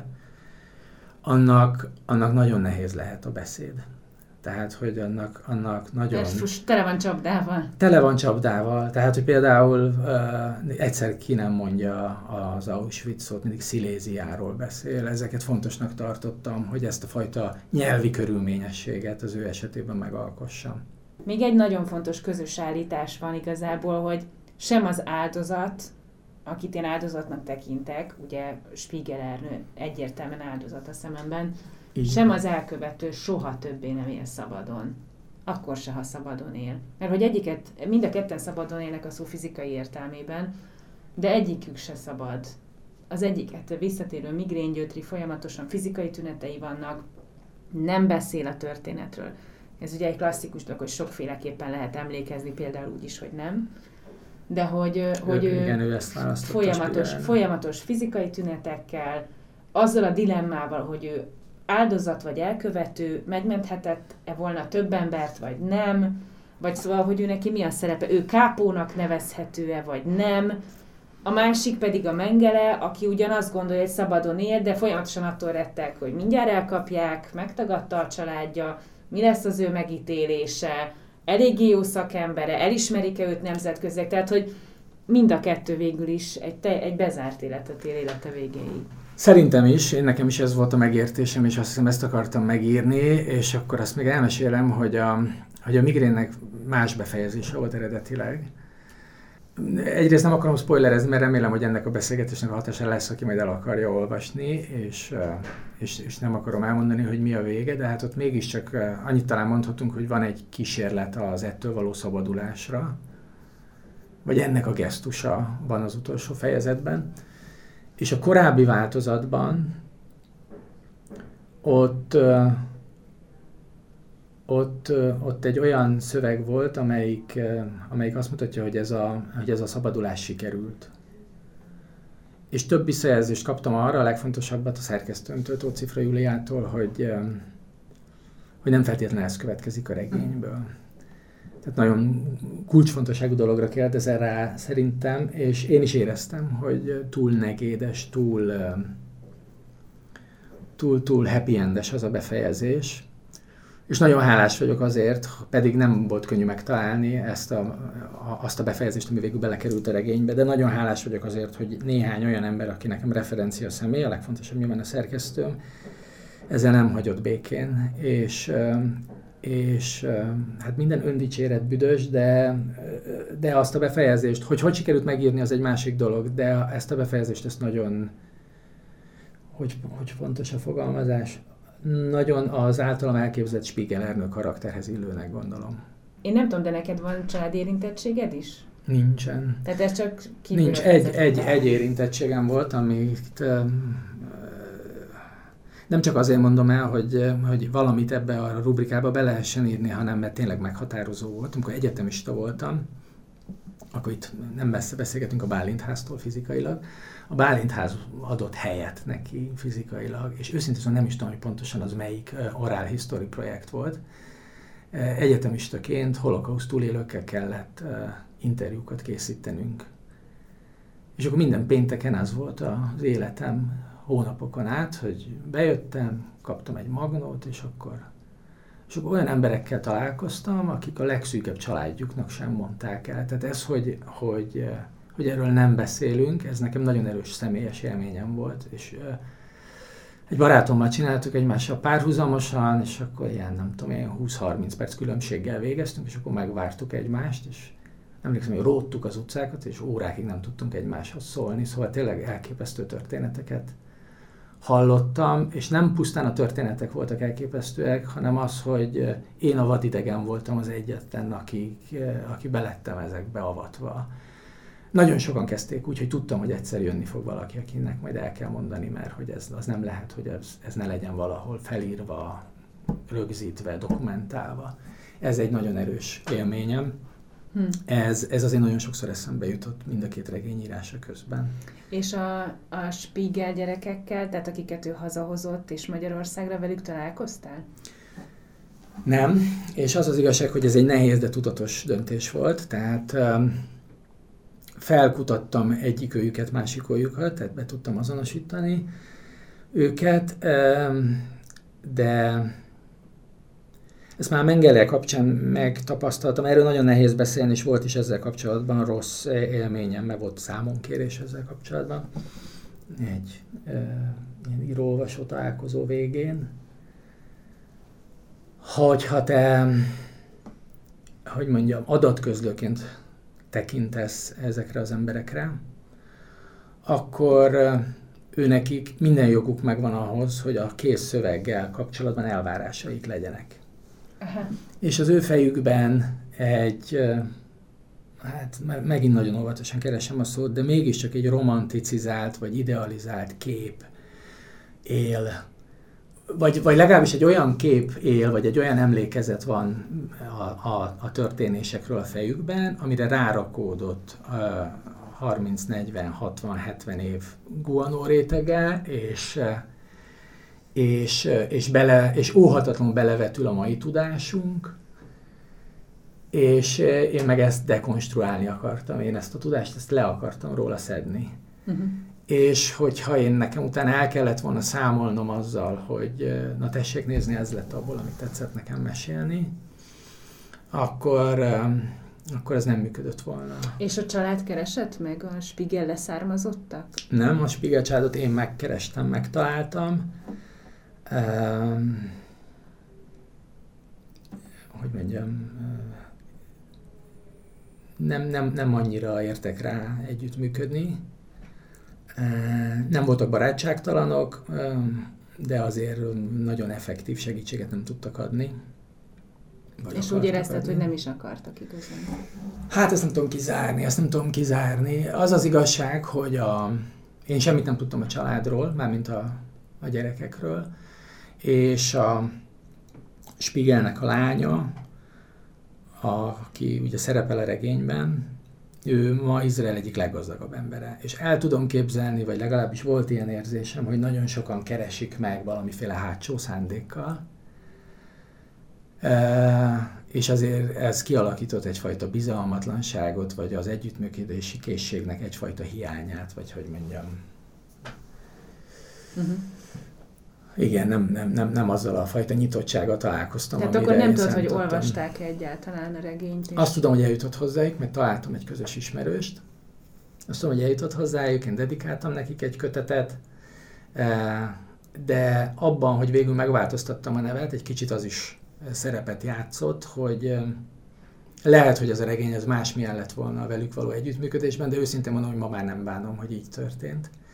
annak, annak nagyon nehéz lehet a beszéd. Tehát, hogy annak, annak nagyon... Most tele van csapdával. Tele van csapdával. Tehát, hogy például uh, egyszer ki nem mondja az Auschwitzot, mindig Sziléziáról beszél. Ezeket fontosnak tartottam, hogy ezt a fajta nyelvi körülményességet az ő esetében megalkossam. Még egy nagyon fontos közös állítás van igazából, hogy sem az áldozat, akit én áldozatnak tekintek, ugye Spiegel Ernő egyértelműen áldozat a szememben, így. Sem az elkövető soha többé nem él szabadon. Akkor se, ha szabadon él. Mert hogy egyiket, mind a ketten szabadon élnek a szó fizikai értelmében, de egyikük se szabad. Az egyiket visszatérő migrénygyötri, folyamatosan fizikai tünetei vannak, nem beszél a történetről. Ez ugye egy klasszikus dolog, hogy sokféleképpen lehet emlékezni, például úgy is, hogy nem. De hogy, hogy ő, igen, ő ezt folyamatos, folyamatos fizikai tünetekkel, azzal a dilemmával, hogy ő áldozat vagy elkövető, megmenthetett-e volna több embert, vagy nem, vagy szóval, hogy ő neki mi a szerepe, ő kápónak nevezhető-e, vagy nem. A másik pedig a Mengele, aki ugyanazt gondolja, hogy szabadon él, de folyamatosan attól rettek, hogy mindjárt elkapják, megtagadta a családja, mi lesz az ő megítélése, eléggé jó szakembere, elismerik-e őt nemzetközileg, tehát hogy mind a kettő végül is egy, te, egy bezárt életet él élete végéig. Szerintem is, én nekem is ez volt a megértésem, és azt hiszem ezt akartam megírni, és akkor azt még elmesélem, hogy a, hogy a migrénnek más befejezése volt eredetileg. Egyrészt nem akarom spoilerezni, mert remélem, hogy ennek a beszélgetésnek a hatása lesz, aki majd el akarja olvasni, és, és, és nem akarom elmondani, hogy mi a vége, de hát ott mégiscsak annyit talán mondhatunk, hogy van egy kísérlet az ettől való szabadulásra, vagy ennek a gesztusa van az utolsó fejezetben. És a korábbi változatban ott, ott, ott egy olyan szöveg volt, amelyik, amelyik azt mutatja, hogy ez, a, hogy ez a szabadulás sikerült. És több visszajelzést kaptam arra, a legfontosabbat a szerkesztőmtől, Tóth Cifra Júliától, hogy, hogy nem feltétlenül ez következik a regényből. Tehát nagyon kulcsfontosságú dologra kérdezel rá szerintem, és én is éreztem, hogy túl negédes, túl, túl, túl happy endes az a befejezés. És nagyon hálás vagyok azért, pedig nem volt könnyű megtalálni ezt a, a, azt a befejezést, ami végül belekerült a regénybe, de nagyon hálás vagyok azért, hogy néhány olyan ember, aki nekem referencia személy, a legfontosabb nyilván a szerkesztőm, ezzel nem hagyott békén, és, és hát minden öndicséret büdös, de, de azt a befejezést, hogy hogy sikerült megírni, az egy másik dolog, de ezt a befejezést, ezt nagyon, hogy, hogy fontos a fogalmazás, nagyon az általam elképzelt Spiegel Ernő karakterhez illőnek gondolom. Én nem tudom, de neked van családi érintettséged is? Nincsen. Tehát ez csak kívülről. Nincs. Egy, egy, egy érintettségem volt, amit nem csak azért mondom el, hogy, hogy valamit ebbe a rubrikába be lehessen írni, hanem mert tényleg meghatározó volt. Amikor egyetemista voltam, akkor itt nem messze beszélgetünk a Bálint-háztól fizikailag, a Bálint-ház adott helyet neki fizikailag, és őszintén szóval nem is tudom, hogy pontosan az melyik Oral History projekt volt. Egyetemistaként holokauszt túlélőkkel kellett interjúkat készítenünk. És akkor minden pénteken az volt az életem hónapokon át, hogy bejöttem, kaptam egy magnót, és akkor, és akkor olyan emberekkel találkoztam, akik a legszűkebb családjuknak sem mondták el. Tehát ez, hogy, hogy, hogy erről nem beszélünk, ez nekem nagyon erős személyes élményem volt, és egy barátommal csináltuk egymással párhuzamosan, és akkor ilyen, nem tudom én, húsz-harminc perc különbséggel végeztünk, és akkor megvártuk egymást, és emlékszem, hogy róttuk az utcákat, és órákig nem tudtunk egymáshoz szólni, szóval tényleg elképesztő történeteket hallottam, és nem pusztán a történetek voltak elképesztőek, hanem az, hogy én a vadidegen voltam az egyetlen, aki, aki belettem ezekbe avatva. Nagyon sokan kezdték úgy, hogy tudtam, hogy egyszer jönni fog valaki, akinek majd el kell mondani, mert hogy ez az nem lehet, hogy ez, ez ne legyen valahol felírva, rögzítve, dokumentálva. Ez egy nagyon erős élményem. Hm. Ez, ez azért nagyon sokszor eszembe jutott mind a két regény írása közben. És a, a Spiegel gyerekekkel, tehát akiket ő hazahozott és Magyarországra, velük találkoztál? Nem, és az az igazság, hogy ez egy nehéz, de tudatos döntés volt, tehát um, felkutattam egyik őjüket, másik őjüket, tehát be tudtam azonosítani őket, um, de ezt már Mengele kapcsán megtapasztaltam, erről nagyon nehéz beszélni, és volt is ezzel kapcsolatban rossz élményem, mert volt számonkérés ezzel kapcsolatban. Egy e, ilyen író-olvasó találkozó végén. Hogyha te, hogy mondjam, adatközlőként tekintesz ezekre az emberekre, akkor őnekik minden joguk megvan ahhoz, hogy a kész szöveggel kapcsolatban elvárásaik legyenek. Aha. És az ő fejükben egy, hát megint nagyon óvatosan keresem a szót, de mégiscsak egy romanticizált vagy idealizált kép él. Vagy, vagy legalábbis egy olyan kép él, vagy egy olyan emlékezet van a, a, a történésekről a fejükben, amire rárakódott uh, harminc, negyven, hatvan, hetven év guanó rétege, és És, és, bele, és óhatatlanul belevetül a mai tudásunk, és én meg ezt dekonstruálni akartam, én ezt a tudást, ezt le akartam róla szedni. Uh-huh. És hogyha én nekem utána el kellett volna számolnom azzal, hogy na tessék nézni, ez lett abból, amit tetszett nekem mesélni, akkor, akkor ez nem működött volna. És a család keresett meg a Spiegel leszármazottak? Nem, a Spiegel családot én megkerestem, megtaláltam. Um, hogy mondjam, nem, nem, nem annyira értek rá együttműködni. Uh, nem voltak barátságtalanok, um, de azért nagyon effektív segítséget nem tudtak adni. És úgy érezted, adni. Hogy nem is akartak igazán? Hát ezt nem tudom kizárni, ezt nem tudom kizárni. Az az igazság, hogy a, én semmit nem tudtam a családról, mármint a, a gyerekekről, és a, Spiegelnek a lánya, aki ugye szerepel a regényben, ő ma Izrael egyik leggazdagabb embere. És el tudom képzelni, vagy legalábbis volt ilyen érzésem, hogy nagyon sokan keresik meg valamiféle hátsó szándékkal, e, és azért ez kialakított egyfajta bizalmatlanságot, vagy az együttműködési készségnek egyfajta hiányát, vagy hogy mondjam. Uh-huh. Igen, nem, nem, nem, nem azzal a fajta nyitottsággal találkoztam, tehát akkor nem tudod, hogy olvasták egyáltalán a regényt? Azt tudom, hogy eljutott hozzájuk, mert találtam egy közös ismerőst. Azt tudom, hogy eljutott hozzájuk, én dedikáltam nekik egy kötetet, de abban, hogy végül megváltoztattam a nevet, egy kicsit az is szerepet játszott, hogy lehet, hogy az a regény az másmilyen lett volna a velük való együttműködésben, de őszintén mondom, hogy ma már nem bánom, hogy így történt.